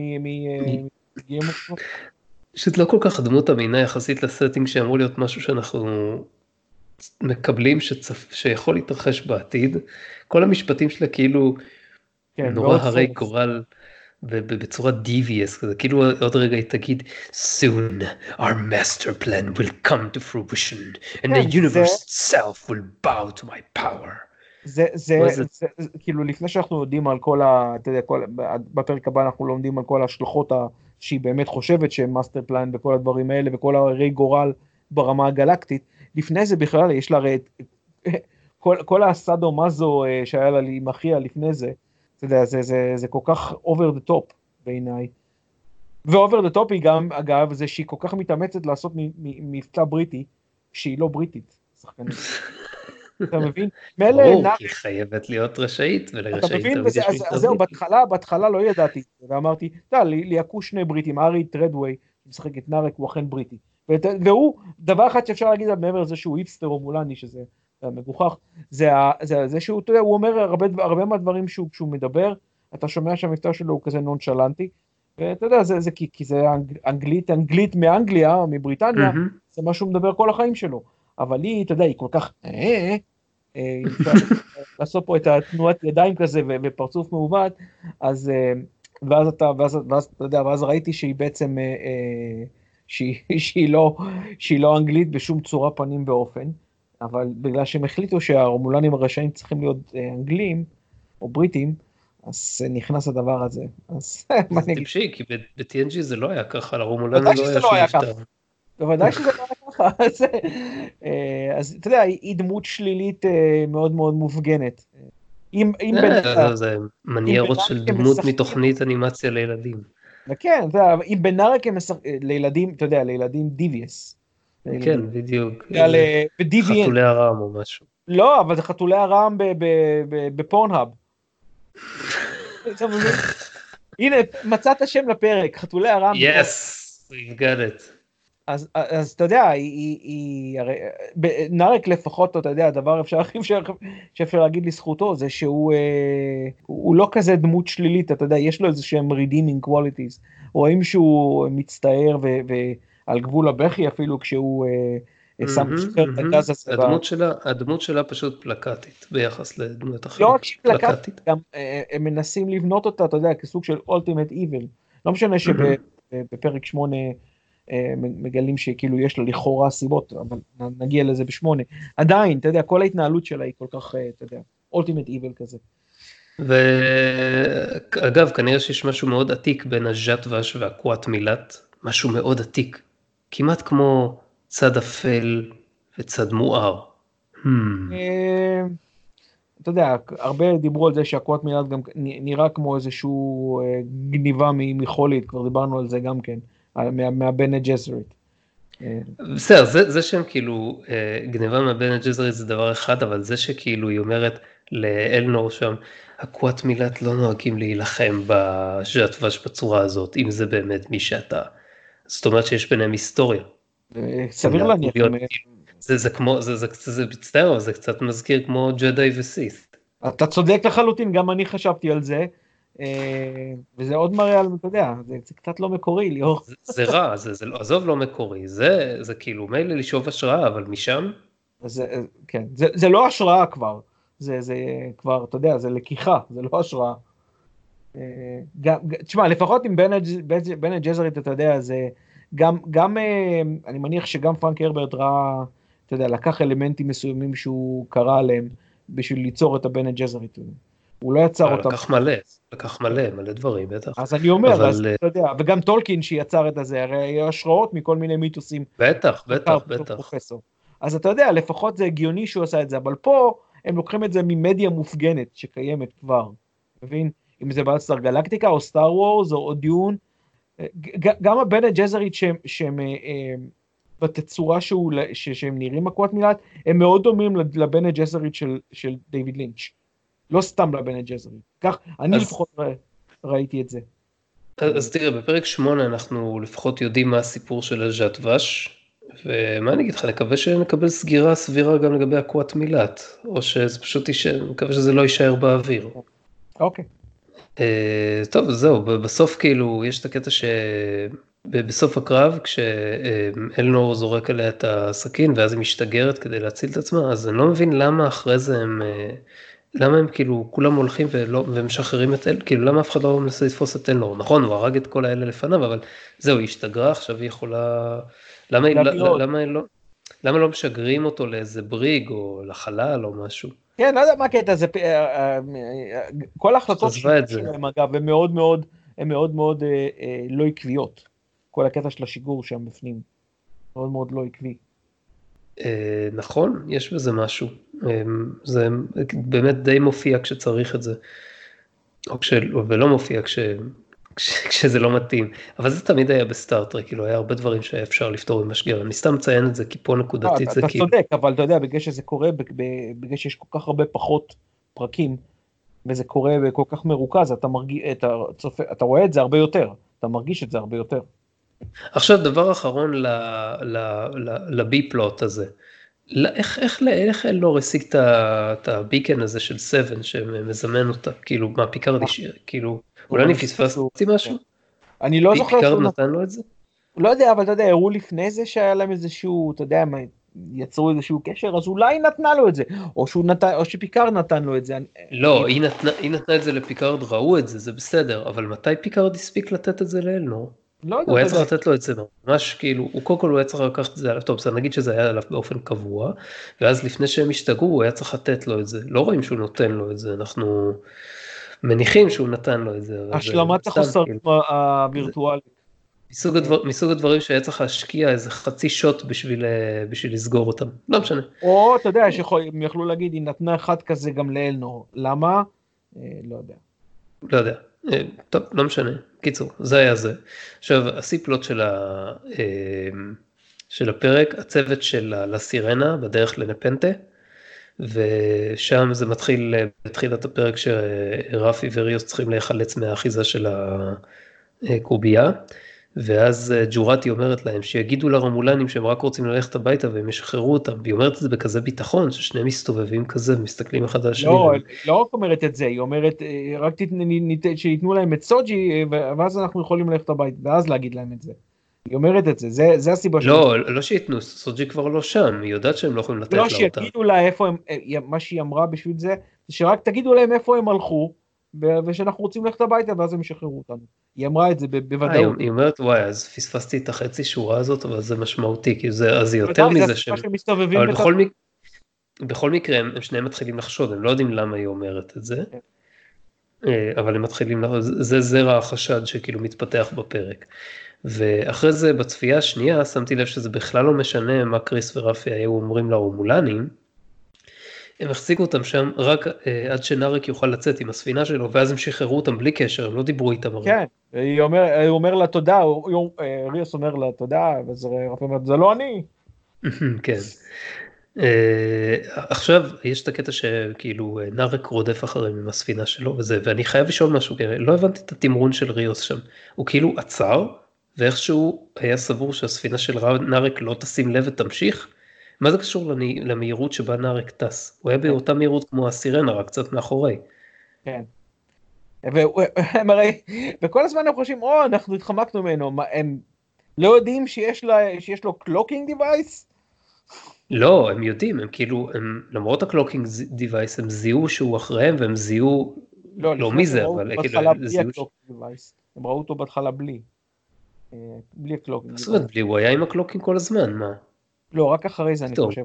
פשוט לא כל כך דמות אמינה יחסית לסטינג שאמור להיות משהו שאנחנו מקבלים שיכול להתרחש בעתיד, כל המשפטים שלה כאילו נורא הרי גורל, בצורה devious כזה, כאילו עוד רגע היא תגיד, soon our master plan will come to fruition, and the universe itself will bow to my power. זה כאילו לפני שאנחנו יודעים על כל אתה יודע, בפרק הבא אנחנו לומדים על כל ההשלכות שהיא באמת חושבת שהם מאסטר פלן וכל הדברים האלה, וכל הרי גורל ברמה הגלקטית, לפני זה בכלל יש לה הרי כל הסאדו מזו שהיה לה עם אחיה לפני זה, אתה יודע, זה כל כך over the top בעיניי. ו-over the top היא גם, אגב, זה שהיא כל כך מתאמצת לעשות מבצע בריטי, שהיא לא בריטית, שחקנית. אתה מבין? מילא ברור, נארק, כי היא חייבת להיות רשאית, אתה ולרשעים מבין? תמיד יש אז זהו, מתנגדים. בהתחלה לא ידעתי, ואמרתי, אתה יודע, לי יקו שני בריטים, ארי טרדווי, שמשחק את נארק, הוא אכן בריטי. והוא, דבר אחד שאפשר להגיד עליו מעבר לזה שהוא היפסטר או מולני, שזה מגוחך, זה שהוא, אתה יודע, הוא אומר הרבה מהדברים שהוא מדבר, אתה שומע שהמבטא שלו הוא כזה נונשלנטי, ואתה יודע, זה כי זה אנגלית מאנגליה, מבריטניה, מהמם. זה מה שהוא מדבר כל החיים שלו. אבל היא, אתה יודע, היא כל כך, אם אפשר לעשות פה את התנועת ידיים כזה ופרצוף מעוות, אז, ואז אתה יודע, ואז ראיתי שהיא בעצם, שהיא לא אנגלית בשום צורה פנים ואופן, אבל בגלל שהם החליטו שהרומולנים הרשעים צריכים להיות אנגלים או בריטים, אז נכנס הדבר הזה. אז מה זה אני אגיד? טיפשי, כי ב-TNG זה לא היה ככה, ודאי לרומולנים לא שזה היה לא שום היה מבטא. ככה. בוודאי שזה לא היה ככה. אז אתה יודע, היא דמות שלילית מאוד מאוד מופגנת. אם בין, זה אם מניירות בנארק של הם דמות משחקים, מתוכנית אנימציה לילדים. כן, אתה יודע, אם בנארק הם משחקים, לילדים, אתה יודע, לילדים דיוויאס. לילדים, כן, בדיוק, אתה יודע, איזה ב-DVN. חתולי הרעם או משהו. לא, אבל זה חתולי הרעם בפורנהאב. אתה מבין? הנה, מצאת שם לפרק, חתולי הרעם בפורנהאב. Yes, we've got it. אז אתה יודע, הרי, נארק לפחות, אתה יודע, הדבר שאפשר להגיד לזכותו, זה שהוא הוא לא כזה דמות שלילית, אתה יודע, יש לו איזה שהם redeeming qualities, רואים שהוא מצטער ועל גבול הבכי אפילו כשהוא שם מהמם, שחרר את מהמם. הגז הזה. הדמות שלה פשוט פלקטית ביחס לדמויות לא אחרות. רק שהיא פלקטית. גם הם מנסים לבנות אותה, אתה יודע, כסוג של ultimate evil. לא משנה מהמם. שבפרק 8 מגלים שכאילו יש לה לכאורה סיבות, אבל נגיע לזה ב8. עדיין, אתה יודע, כל ההתנהלות שלה היא כל כך, אתה יודע, ultimate evil כזה. ואגב, כנראה שיש משהו מאוד עתיק בין הז'אטווש והקוואט מילת, משהו מאוד עתיק, כמעט כמו צד אפל וצד מואר. Hmm. אתה יודע, הרבה דיברו על זה שהקוואט מילת גם נראה כמו איזשהו גניבה מחולית, כבר דיברנו על זה גם כן, מהבן ג'זרית. בסדר, זה שהם כאילו, גניבה מהבן ג'זרית זה דבר אחד, אבל זה שכאילו היא אומרת לאלנור שם, הקוואט מילת לא נוהגים להילחם בז'אטווש בצורה הזאת, אם זה באמת מי שאתה. זאת אומרת שיש ביניהם היסטוריה. סביר להניח. זה כמו, זה מצטער, אבל זה קצת מזכיר כמו ג'די וסית'. אתה צודק לחלוטין, גם אני חשבתי על זה, וזה עוד מראה על, אתה יודע, זה קצת לא מקורי, ליאור. זה רע, עזוב לא מקורי, זה כאילו מילא לשאוב השראה, אבל משם? כן, זה לא השראה כבר, זה כבר, אתה יודע, זה לקיחה, זה לא השראה. תשמע, לפחות עם בן ג'זרית, אתה יודע, זה גם, אני מניח שגם פרנק הרברט ראה, אתה יודע, לקח אלמנטים מסוימים שהוא קרא עליהם, בשביל ליצור את הבן ג'זרית. הוא לא יצר אותם. לקח מלא דברים, בטח. אז אני אומר, אבל... אז אתה יודע, וגם טולקין שיצר את הזה, הרי היו השראות מכל מיני מיתוסים. בטח. פרופסור. אז אתה יודע, לפחות זה הגיוני שהוא עשה את זה, אבל פה הם לוקחים את זה ממדיה מופגנת שקיימת כבר, מבין? אם זה באסטר גלקטיקה או סטאר וורס או דיון, גם הבן ג'זרית שהם בתצורה שהם נראים הקוואט מילת, הם מאוד דומים לבן ג'זרית של דיוויד לינץ'. לא סתם לבן ג'זרית. כך, אני לפחות ראיתי את זה. אז תראה, בפרק 8 אנחנו לפחות יודעים מה הסיפור של הז'אטווש, ומה אני אגיד לך, נקווה שנקבל סגירה סבירה גם לגבי הקוואט מילת, או שזה פשוט נקווה שזה לא יישאר באוויר. אוקיי. טוב, זהו, בסוף כאילו יש את הקטע שבסוף הקרב, כשאלנור זורק עליה את הסכין, ואז היא משתגרת כדי להציל את עצמה, אז אני לא מבין למה אחרי זה למה הם כאילו כולם הולכים ומשחררים את אלנור, כאילו למה אף אחד לא מנסה לתפוס את אלנור, נכון, הוא הרג את כל האלה לפניו, אבל זהו, היא השתגרה, עכשיו היא יכולה, למה לא משגרים אותו לאיזה בריג או לחלל או משהו? כן, לא יודע מה הקטע, זה כל ההחלטות שלהם אגב, הן מאוד מאוד לא עקביות, כל הקטע של השיגור שם בפנים, מאוד מאוד לא עקבי. נכון, יש בזה משהו, זה באמת די מופיע כשצריך את זה, ולא מופיע כשזה לא מתאים, אבל זה תמיד היה בסטארטרק, כאילו היה הרבה דברים שהיה אפשר לפתור עם משגר, אני סתם מציין את זה, כי פה לא, נקודתית זה אתה כאילו, צודק, אבל אתה יודע, בגלל שזה קורה, בגלל שיש כל כך הרבה פחות פרקים, וזה קורה כל כך מרוכז, אתה מרגיש, אתה רואה את זה הרבה יותר, אתה מרגיש את זה הרבה יותר. עכשיו דבר אחרון לבי פלוט הזה, איך אלנור השיג את הביקן הזה של 7 שמזמן אותה, כאילו מה פיקארד השאיר, כאילו אולי אני פספסתי משהו? אני לא זוכר פיקארד שהוא נתן לו את זה? לא יודע, אבל אתה יודע, הראו לפני זה שהיה להם איזשהו, אתה יודע, יצרו איזשהו קשר, אז אולי היא נתנה לו את זה, או שפיקארד נתן לו את זה. לא, היא נתנה את זה לפיקארד, ראו את זה, זה בסדר, אבל מתי פיקארד הספיק לתת את זה לאלנור? לא יודע, הוא היה אתה צריך יודע. לתת לו את זה ממש כאילו, קודם כל הוא היה צריך לקחת את זה עליו, טוב, אז נגיד שזה היה עליו באופן קבוע, ואז לפני שהם השתגעו הוא היה צריך לתת לו את זה, לא רואים שהוא נותן לו את זה, אנחנו מניחים שהוא נתן לו את זה, אבל זה השלמת סתם החוסרים כאילו, הווירטואלית. מסוג הדברים שהיה צריך להשקיע איזה חצי שוט בשביל לסגור אותם, לא משנה, או, אתה יודע, הם יכלו להגיד, היא נתנה אחד כזה גם לאלנור. למה? לא יודע. לא יודע, טוב, לא משנה, קיצור, זה היה זה. עכשיו, הסיפלוט של הפרק, הצוות של הסירנה בדרך לנפנטה, ושם זה מתחיל בתחילת הפרק שרפי וריוס צריכים להיחלץ מהאחיזה של הקובייה, ואז ג'ורטי אומרת להם שיגידו לרמולנים שהם רק רוצים ללכת הביתה והם ישחררו אותם, והיא אומרת את זה בכזה ביטחון, ששניהם מסתובבים כזה ומסתכלים אחד על השני. לא, היא לא רק אומרת את זה, היא אומרת, רק שיתנו להם את סוג'י, ואז אנחנו יכולים ללכת הביתה, ואז להגיד להם את זה. היא אומרת את זה, זה הסיבה שאני... לא שיתנו, סוג'י כבר לא שם, היא יודעת שהם לא יכולים לתת לה לא אותה. שיגידו לה איפה הם, מה שהיא אמרה בשביל זה, זה שרק תגידו להם איפה הם הלכו, ושאנחנו רוצים ללכת הביתה, ואז הם ישחררו אותנו. היא אמרה את זה בוודאות. היא אומרת, וואי, אז פספסתי את החצי שורה הזאת, אבל זה משמעותי, כי אז זה יותר בוודאי, זה מזה הסיבה שהם מסתובבים אבל בכל מקרה הם שניהם מתחילים לחשוד, הם לא יודעים למה היא אומרת את זה, אבל הם מתחילים, זה זרע החשד שכאילו מתפתח בפרק. ואחרי זה בצפייה השנייה שמתי לב שזה בכלל לא משנה מה קריס ורפי היו אומרים לרומולנים, הם החזיקו אותם שם רק עד שנארק יוכל לצאת עם הספינה שלו, ואז הם שחררו אותם בלי קשר, הם לא דיברו איתם הרי. כן, הוא אומר לה תודה, ריוס אומר לה תודה, ואז רפי אומר, זה לא אני. כן. עכשיו יש את הקטע שכאילו נארק רודף אחריהם עם הספינה שלו וזה, ואני חייב לשאול משהו, לא הבנתי את התמרון של ריוס שם, הוא כאילו עצר, ואיכשהו היה סבור שהספינה של נארק לא תשים לב ותמשיך, מה זה קשור למהירות שבה נארק טס? הוא היה באותה מהירות כמו הסירנה, רק קצת מאחורי. כן. וכל הזמן הם חושבים, אנחנו התחמקנו ממנו, הם לא יודעים שיש לו קלוקינג דיווייס? לא, הם יודעים, הם כאילו, למרות הקלוקינג דיווייס, הם זיהו שהוא אחריהם, והם זיהו, לא מי זה, אבל כאילו, הם ראו אותו בהתחלה בלי הקלוקינג דיווייס. זאת אומרת, בלי, הוא היה עם הקלוקינג כל הזמן, מה? לא, רק אחרי זה אני חושב.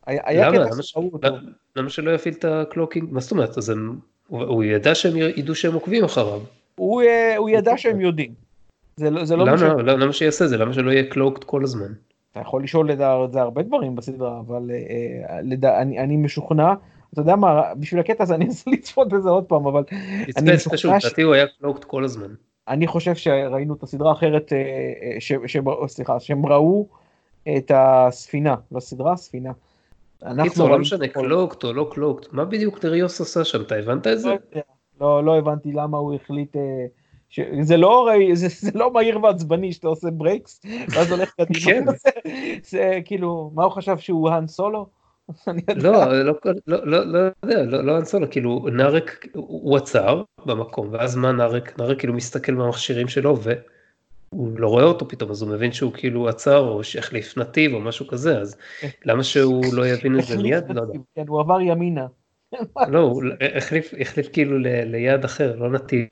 למה שלא יפעיל את הקלוקינג? מה זאת אומרת? אז הוא ידע שהם ידעו שהם עוקבים אחריו. הוא ידע שהם יודעים. למה שיעשה זה? למה שלא יהיה קלוקד כל הזמן? אתה יכול לשאול את זה הרבה דברים בסדרה, אבל אני משוכנע, אתה יודע מה, בשביל הקטע הזה אני אנסה לצפות בזה עוד פעם, אבל אני משוכנע הוא היה קלוקד כל הזמן. אני חושב שראינו את הסדרה האחרת, סליחה, שהם ראו את הספינה, לא סדרה, הספינה. קיצור, לא משנה, קלוקט או לא קלוקט, מה בדיוק ריוס עשה שם, אתה הבנת את זה? לא הבנתי למה הוא החליט, זה לא מהיר ועצבני שאתה עושה ברייקס, ואז הולך קדימה, זה כאילו, מה הוא חשב שהוא האן סולו? לא יודע, לא האן סולו, כאילו נארק הוא עצר במקום, ואז מה נארק כאילו מסתכל מהמכשירים שלו, הוא לא רואה אותו פתאום, אז הוא מבין שהוא כאילו עצר, או שהחליף נתיב, או משהו כזה, אז למה שהוא לא יבין את זה מיד? לא יודע. כן, הוא עבר ימינה. לא, הוא החליף כאילו ליד אחר, לא נתיב.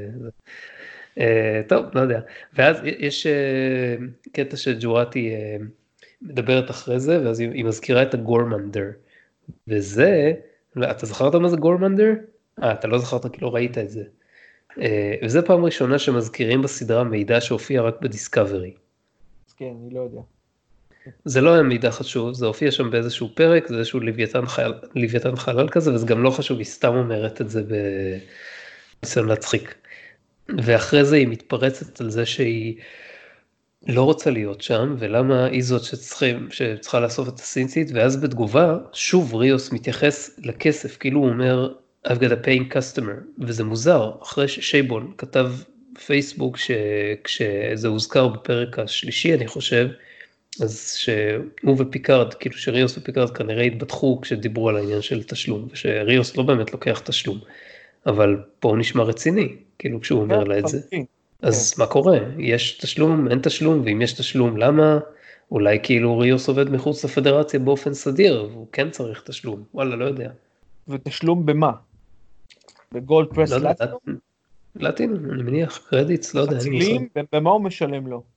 טוב, לא יודע. ואז יש קטע שג'ורטי מדברת אחרי זה, ואז היא מזכירה את הגורמנדר. וזה, אתה זכרת מה זה גורמנדר? אתה לא זכרת כי לא ראית את זה. וזה פעם ראשונה שמזכירים בסדרה מידע שהופיע רק בדיסקאברי. כן, אני לא יודע. זה לא היה מידע חשוב, זה הופיע שם באיזשהו פרק, זה איזשהו לוויתן חלל כזה, וזה גם לא חשוב, היא סתם אומרת את זה בניסיון להצחיק. ואחרי זה היא מתפרצת על זה שהיא לא רוצה להיות שם, ולמה היא זאת שצריכה לאסוף את הסינצית, ואז בתגובה, שוב ריוס מתייחס לכסף, כאילו הוא אומר, I've got a paying customer, וזה מוזר, אחרי ששייבון כתב פייסבוק, כשזה הוזכר בפרק השלישי, אני חושב, אז שהוא ופיקארד, כאילו שריוס ופיקארד כנראה התבטחו כשדיברו על העניין של תשלום, ושריוס לא באמת לוקח תשלום, אבל פה הוא נשמע רציני, כאילו כשהוא אומר לה את זה. אז מה קורה? יש תשלום, אין תשלום, ואם יש תשלום, למה? אולי כאילו ריוס עובד מחוץ לפדרציה באופן סדיר, והוא כן צריך תשלום, וואלה, לא יודע. ותשלום במה? בגולד פרס לטינום? לטינום, אני מניח, קרדיטס, לא יודע, אין לי מושג. במה הוא משלם לו?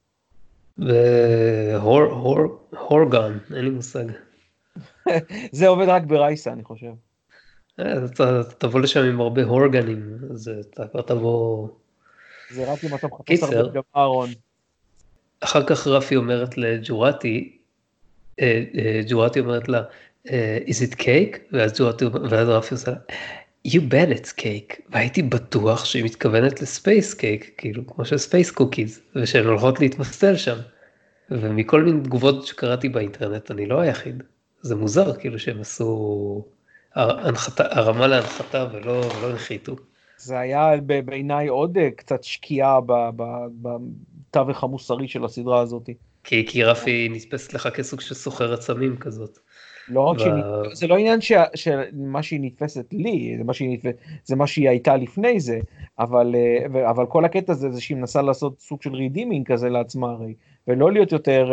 הורגן, אין לי מושג. זה עובד רק ברייסה, אני חושב. אתה תבוא לשם עם הרבה הורגנים, אז אתה כבר תבוא... זה רק אם אתה מחפש הרבה גם אהרון. אחר כך רפי אומרת לג'ורטי, ג'ורטי אומרת לה, is it cake? ואז רפי עושה לה, you bet it's cake. והייתי בטוח שהיא מתכוונת לספייס קייק, כאילו כמו של ספייס קוקיז, ושהן הולכות להתמסטל שם. ומכל מיני תגובות שקראתי באינטרנט, אני לא היחיד. זה מוזר, כאילו שהם עשו הרמה להנחתה ולא הנחיתו. זה היה בעיניי עוד קצת שקיעה בתווך המוסרי של הסדרה הזאת. כי רפי נתפסת לך כסוג של סוחרת סמים כזאת. לא רק זה לא עניין שמה שהיא נתפסת לי, זה מה שהיא הייתה לפני זה, אבל כל הקטע זה שהיא מנסה לעשות סוג של רידימינג כזה לעצמה הרי, ולא להיות יותר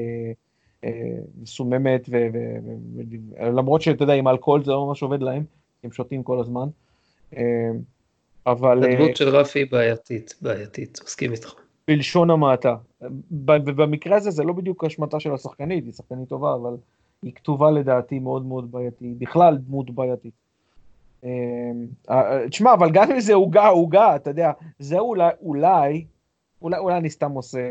מסוממת, למרות שאתה יודע, עם אלכוהול זה לא ממש עובד להם, הם שותים כל הזמן. אבל... הדמות של רפי בעייתית, מסכים איתך. בלשון המעטה. ובמקרה הזה זה לא בדיוק השמטה של השחקנית, היא שחקנית טובה, אבל היא כתובה לדעתי מאוד מאוד בעייתית, בכלל דמות בעייתית. תשמע, אבל גם אם זה הוגה, אתה יודע, זה אולי אני סתם עושה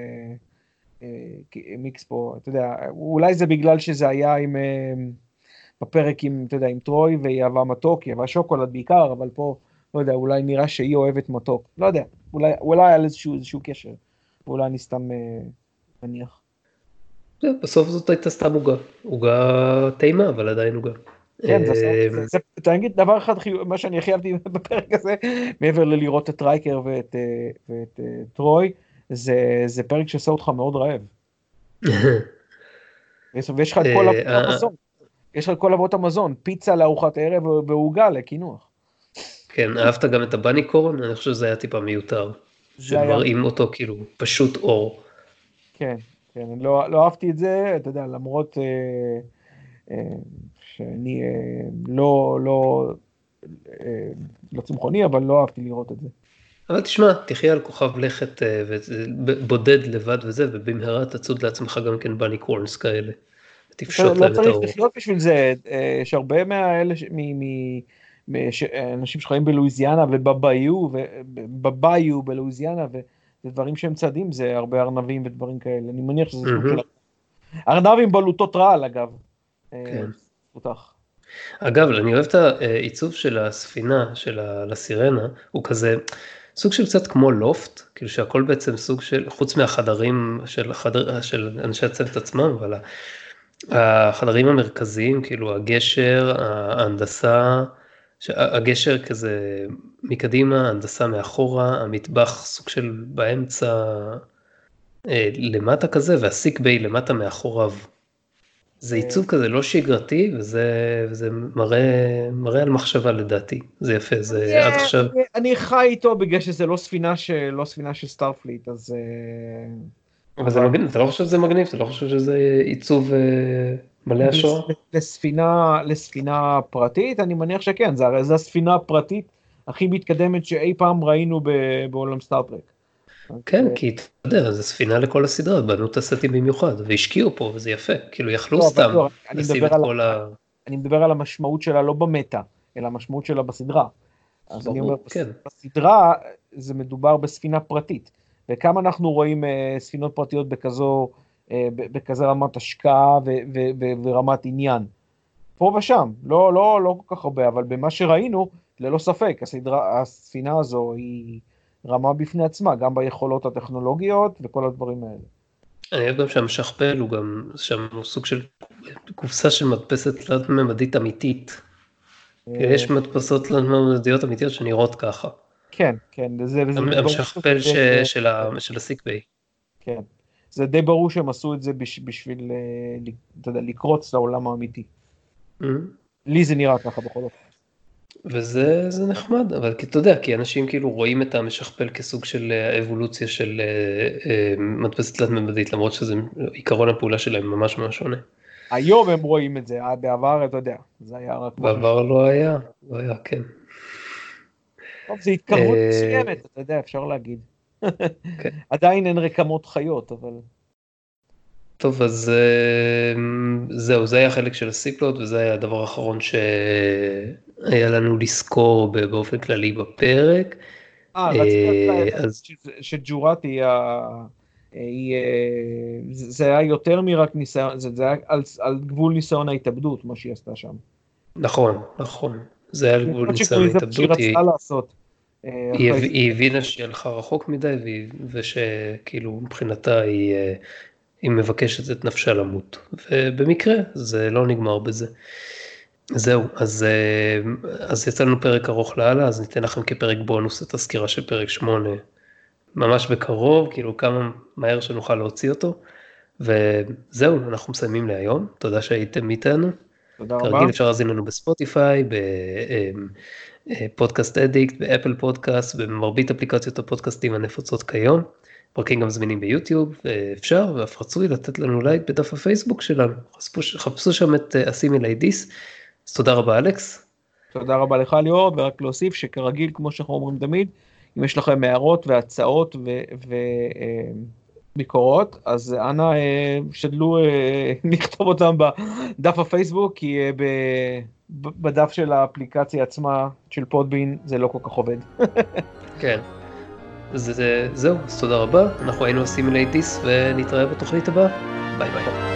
מיקס פה, אתה יודע, אולי זה בגלל שזה היה בפרק עם, אתה יודע, עם טרוי, והיא אהבה מתוק, היא אהבה שוקולד בעיקר, אבל פה, לא יודע, אולי נראה שהיא אוהבת מתוק, לא יודע, אולי על איזשהו קשר, ואולי אני סתם מניח. בסוף זאת הייתה סתם עוגה טעימה, אבל עדיין עוגה. כן, זה תגיד דבר אחד, מה שאני הכי אהבתי בפרק הזה, מעבר ללראות את רייקר ואת טרוי, זה פרק שעושה אותך מאוד רעב. ויש לך את כל אבות המזון, יש לך את כל אבות המזון, פיצה לארוחת ערב ועוגה לקינוח. כן, אהבת גם את הבני קורן? אני חושב שזה היה טיפה מיותר, שמראים אותו כאילו פשוט אור. כן, כן, לא אהבתי את זה, אתה יודע, למרות שאני לא צמחוני, אבל לא אהבתי לראות את זה. אבל תשמע, תחיה על כוכב לכת בודד לבד וזה, ובמהרה תצוד לעצמך גם כן בני קורנס כאלה. תפשוט להם את האור. לא צריך לחיות בשביל זה, יש הרבה מהאלה, אנשים שחיים בלואיזיאנה ובבאיו בלואיזיאנה, ודברים שהם צעדים, זה הרבה ארנבים ודברים כאלה. אני מניח שזה סוג של... ארנבים בלוטות רעל, אגב. כן. פותח. אגב, אני אוהב את העיצוב של הספינה, של הסירנה, הוא כזה סוג של קצת כמו לופט, כאילו שהכל בעצם סוג של, חוץ מהחדרים של אנשי הצוות עצמם, אבל החדרים המרכזיים, כאילו הגשר, ההנדסה, הגשר כזה מקדימה, הנדסה מאחורה, המטבח סוג של באמצע למטה כזה, והסיק ביי למטה מאחוריו. זה עיצוב כזה לא שגרתי, וזה מראה על מחשבה לדעתי, זה יפה, זה עד עכשיו. אני חי איתו בגלל שזה לא ספינה של סטארפליט, אז... אבל זה מגניב, אתה לא חושב שזה מגניב, אתה לא חושב שזה עיצוב מלא השראה? לספינה פרטית, אני מניח שכן, זה הספינה הפרטית הכי מתקדמת שאי פעם ראינו בעולם סטארטרק. כן, כי אתה יודע, זה ספינה לכל הסדרה, בנו את הסטים במיוחד, והשקיעו פה, וזה יפה, כאילו יכלו סתם לשים את כל ה... אני מדבר על המשמעות שלה לא במטה, אלא המשמעות שלה בסדרה. אז אני אומר, בסדרה זה מדובר בספינה פרטית, וכמה אנחנו רואים ספינות פרטיות בכזה רמת השקעה ורמת עניין. פה ושם, לא כל כך הרבה, אבל במה שראינו, ללא ספק, הספינה הזו היא רמה בפני עצמה, גם ביכולות הטכנולוגיות וכל הדברים האלה. אני אוהב גם שהמשכפל הוא גם שם סוג של קופסה של מדפסת תלת-ממדית אמיתית. יש מדפסות תלת-ממדיות אמיתיות שנראות ככה. כן, כן. המשכפל של הסיקביי. כן. זה די ברור שהם עשו את זה בשביל, אתה יודע, לקרוץ לעולם האמיתי. לי זה נראה ככה בכל אופן. וזה נחמד, אבל אתה יודע, כי אנשים כאילו רואים את המשכפל כסוג של אבולוציה של מדפסת תלת-ממדית, למרות שזה עיקרון הפעולה שלהם ממש ממש שונה. היום הם רואים את זה, בעבר, אתה יודע, זה היה רק... בעבר לא היה, כן. טוב, זה התקרבות מסוימת, אתה יודע, אפשר להגיד. עדיין אין רקמות חיות, אבל... טוב, אז זהו, זה היה חלק של הסיפלוט, וזה היה הדבר האחרון שהיה לנו לזכור באופן כללי בפרק. רציתי שג'ורתי, זה היה יותר מרק ניסיון, זה היה על גבול ניסיון ההתאבדות, מה שהיא עשתה שם. נכון, זה היה על גבול ניסיון ההתאבדות. שהיא רצתה לעשות. היא הבינה שהיא הלכה רחוק מדי, ושכאילו מבחינתה היא מבקשת את נפשה למות, ובמקרה זה לא נגמר בזה. זהו, אז יצא לנו פרק ארוך להלאה, אז ניתן לכם כפרק בונוס את הסקירה של פרק 8, ממש בקרוב, כאילו כמה מהר שנוכל להוציא אותו, וזהו, אנחנו מסיימים להיום, תודה שהייתם איתנו. תודה רבה. כרגיל אפשר להזין לנו בספוטיפיי, בפודקאסט אדיקט, באפל פודקאסט, במרבית אפליקציות הפודקאסטים הנפוצות כיום, פרקים גם זמינים ביוטיוב, אפשר ואף רצוי לתת לנו לייק בדף הפייסבוק שלנו, חפשו שם את אסימיליידיס, אז תודה רבה אלכס. תודה רבה לך ליאור, ורק להוסיף שכרגיל, כמו שאנחנו אומרים תמיד, אם יש לכם הערות והצעות וביקורות, אז אנא שדלו לכתוב אותם בדף הפייסבוק, כי בדף של האפליקציה עצמה של פודבין זה לא כל כך עובד. כן. זהו, אז תודה רבה, אנחנו היינו אסימיליידיס ונתראה בתוכנית הבאה, ביי ביי.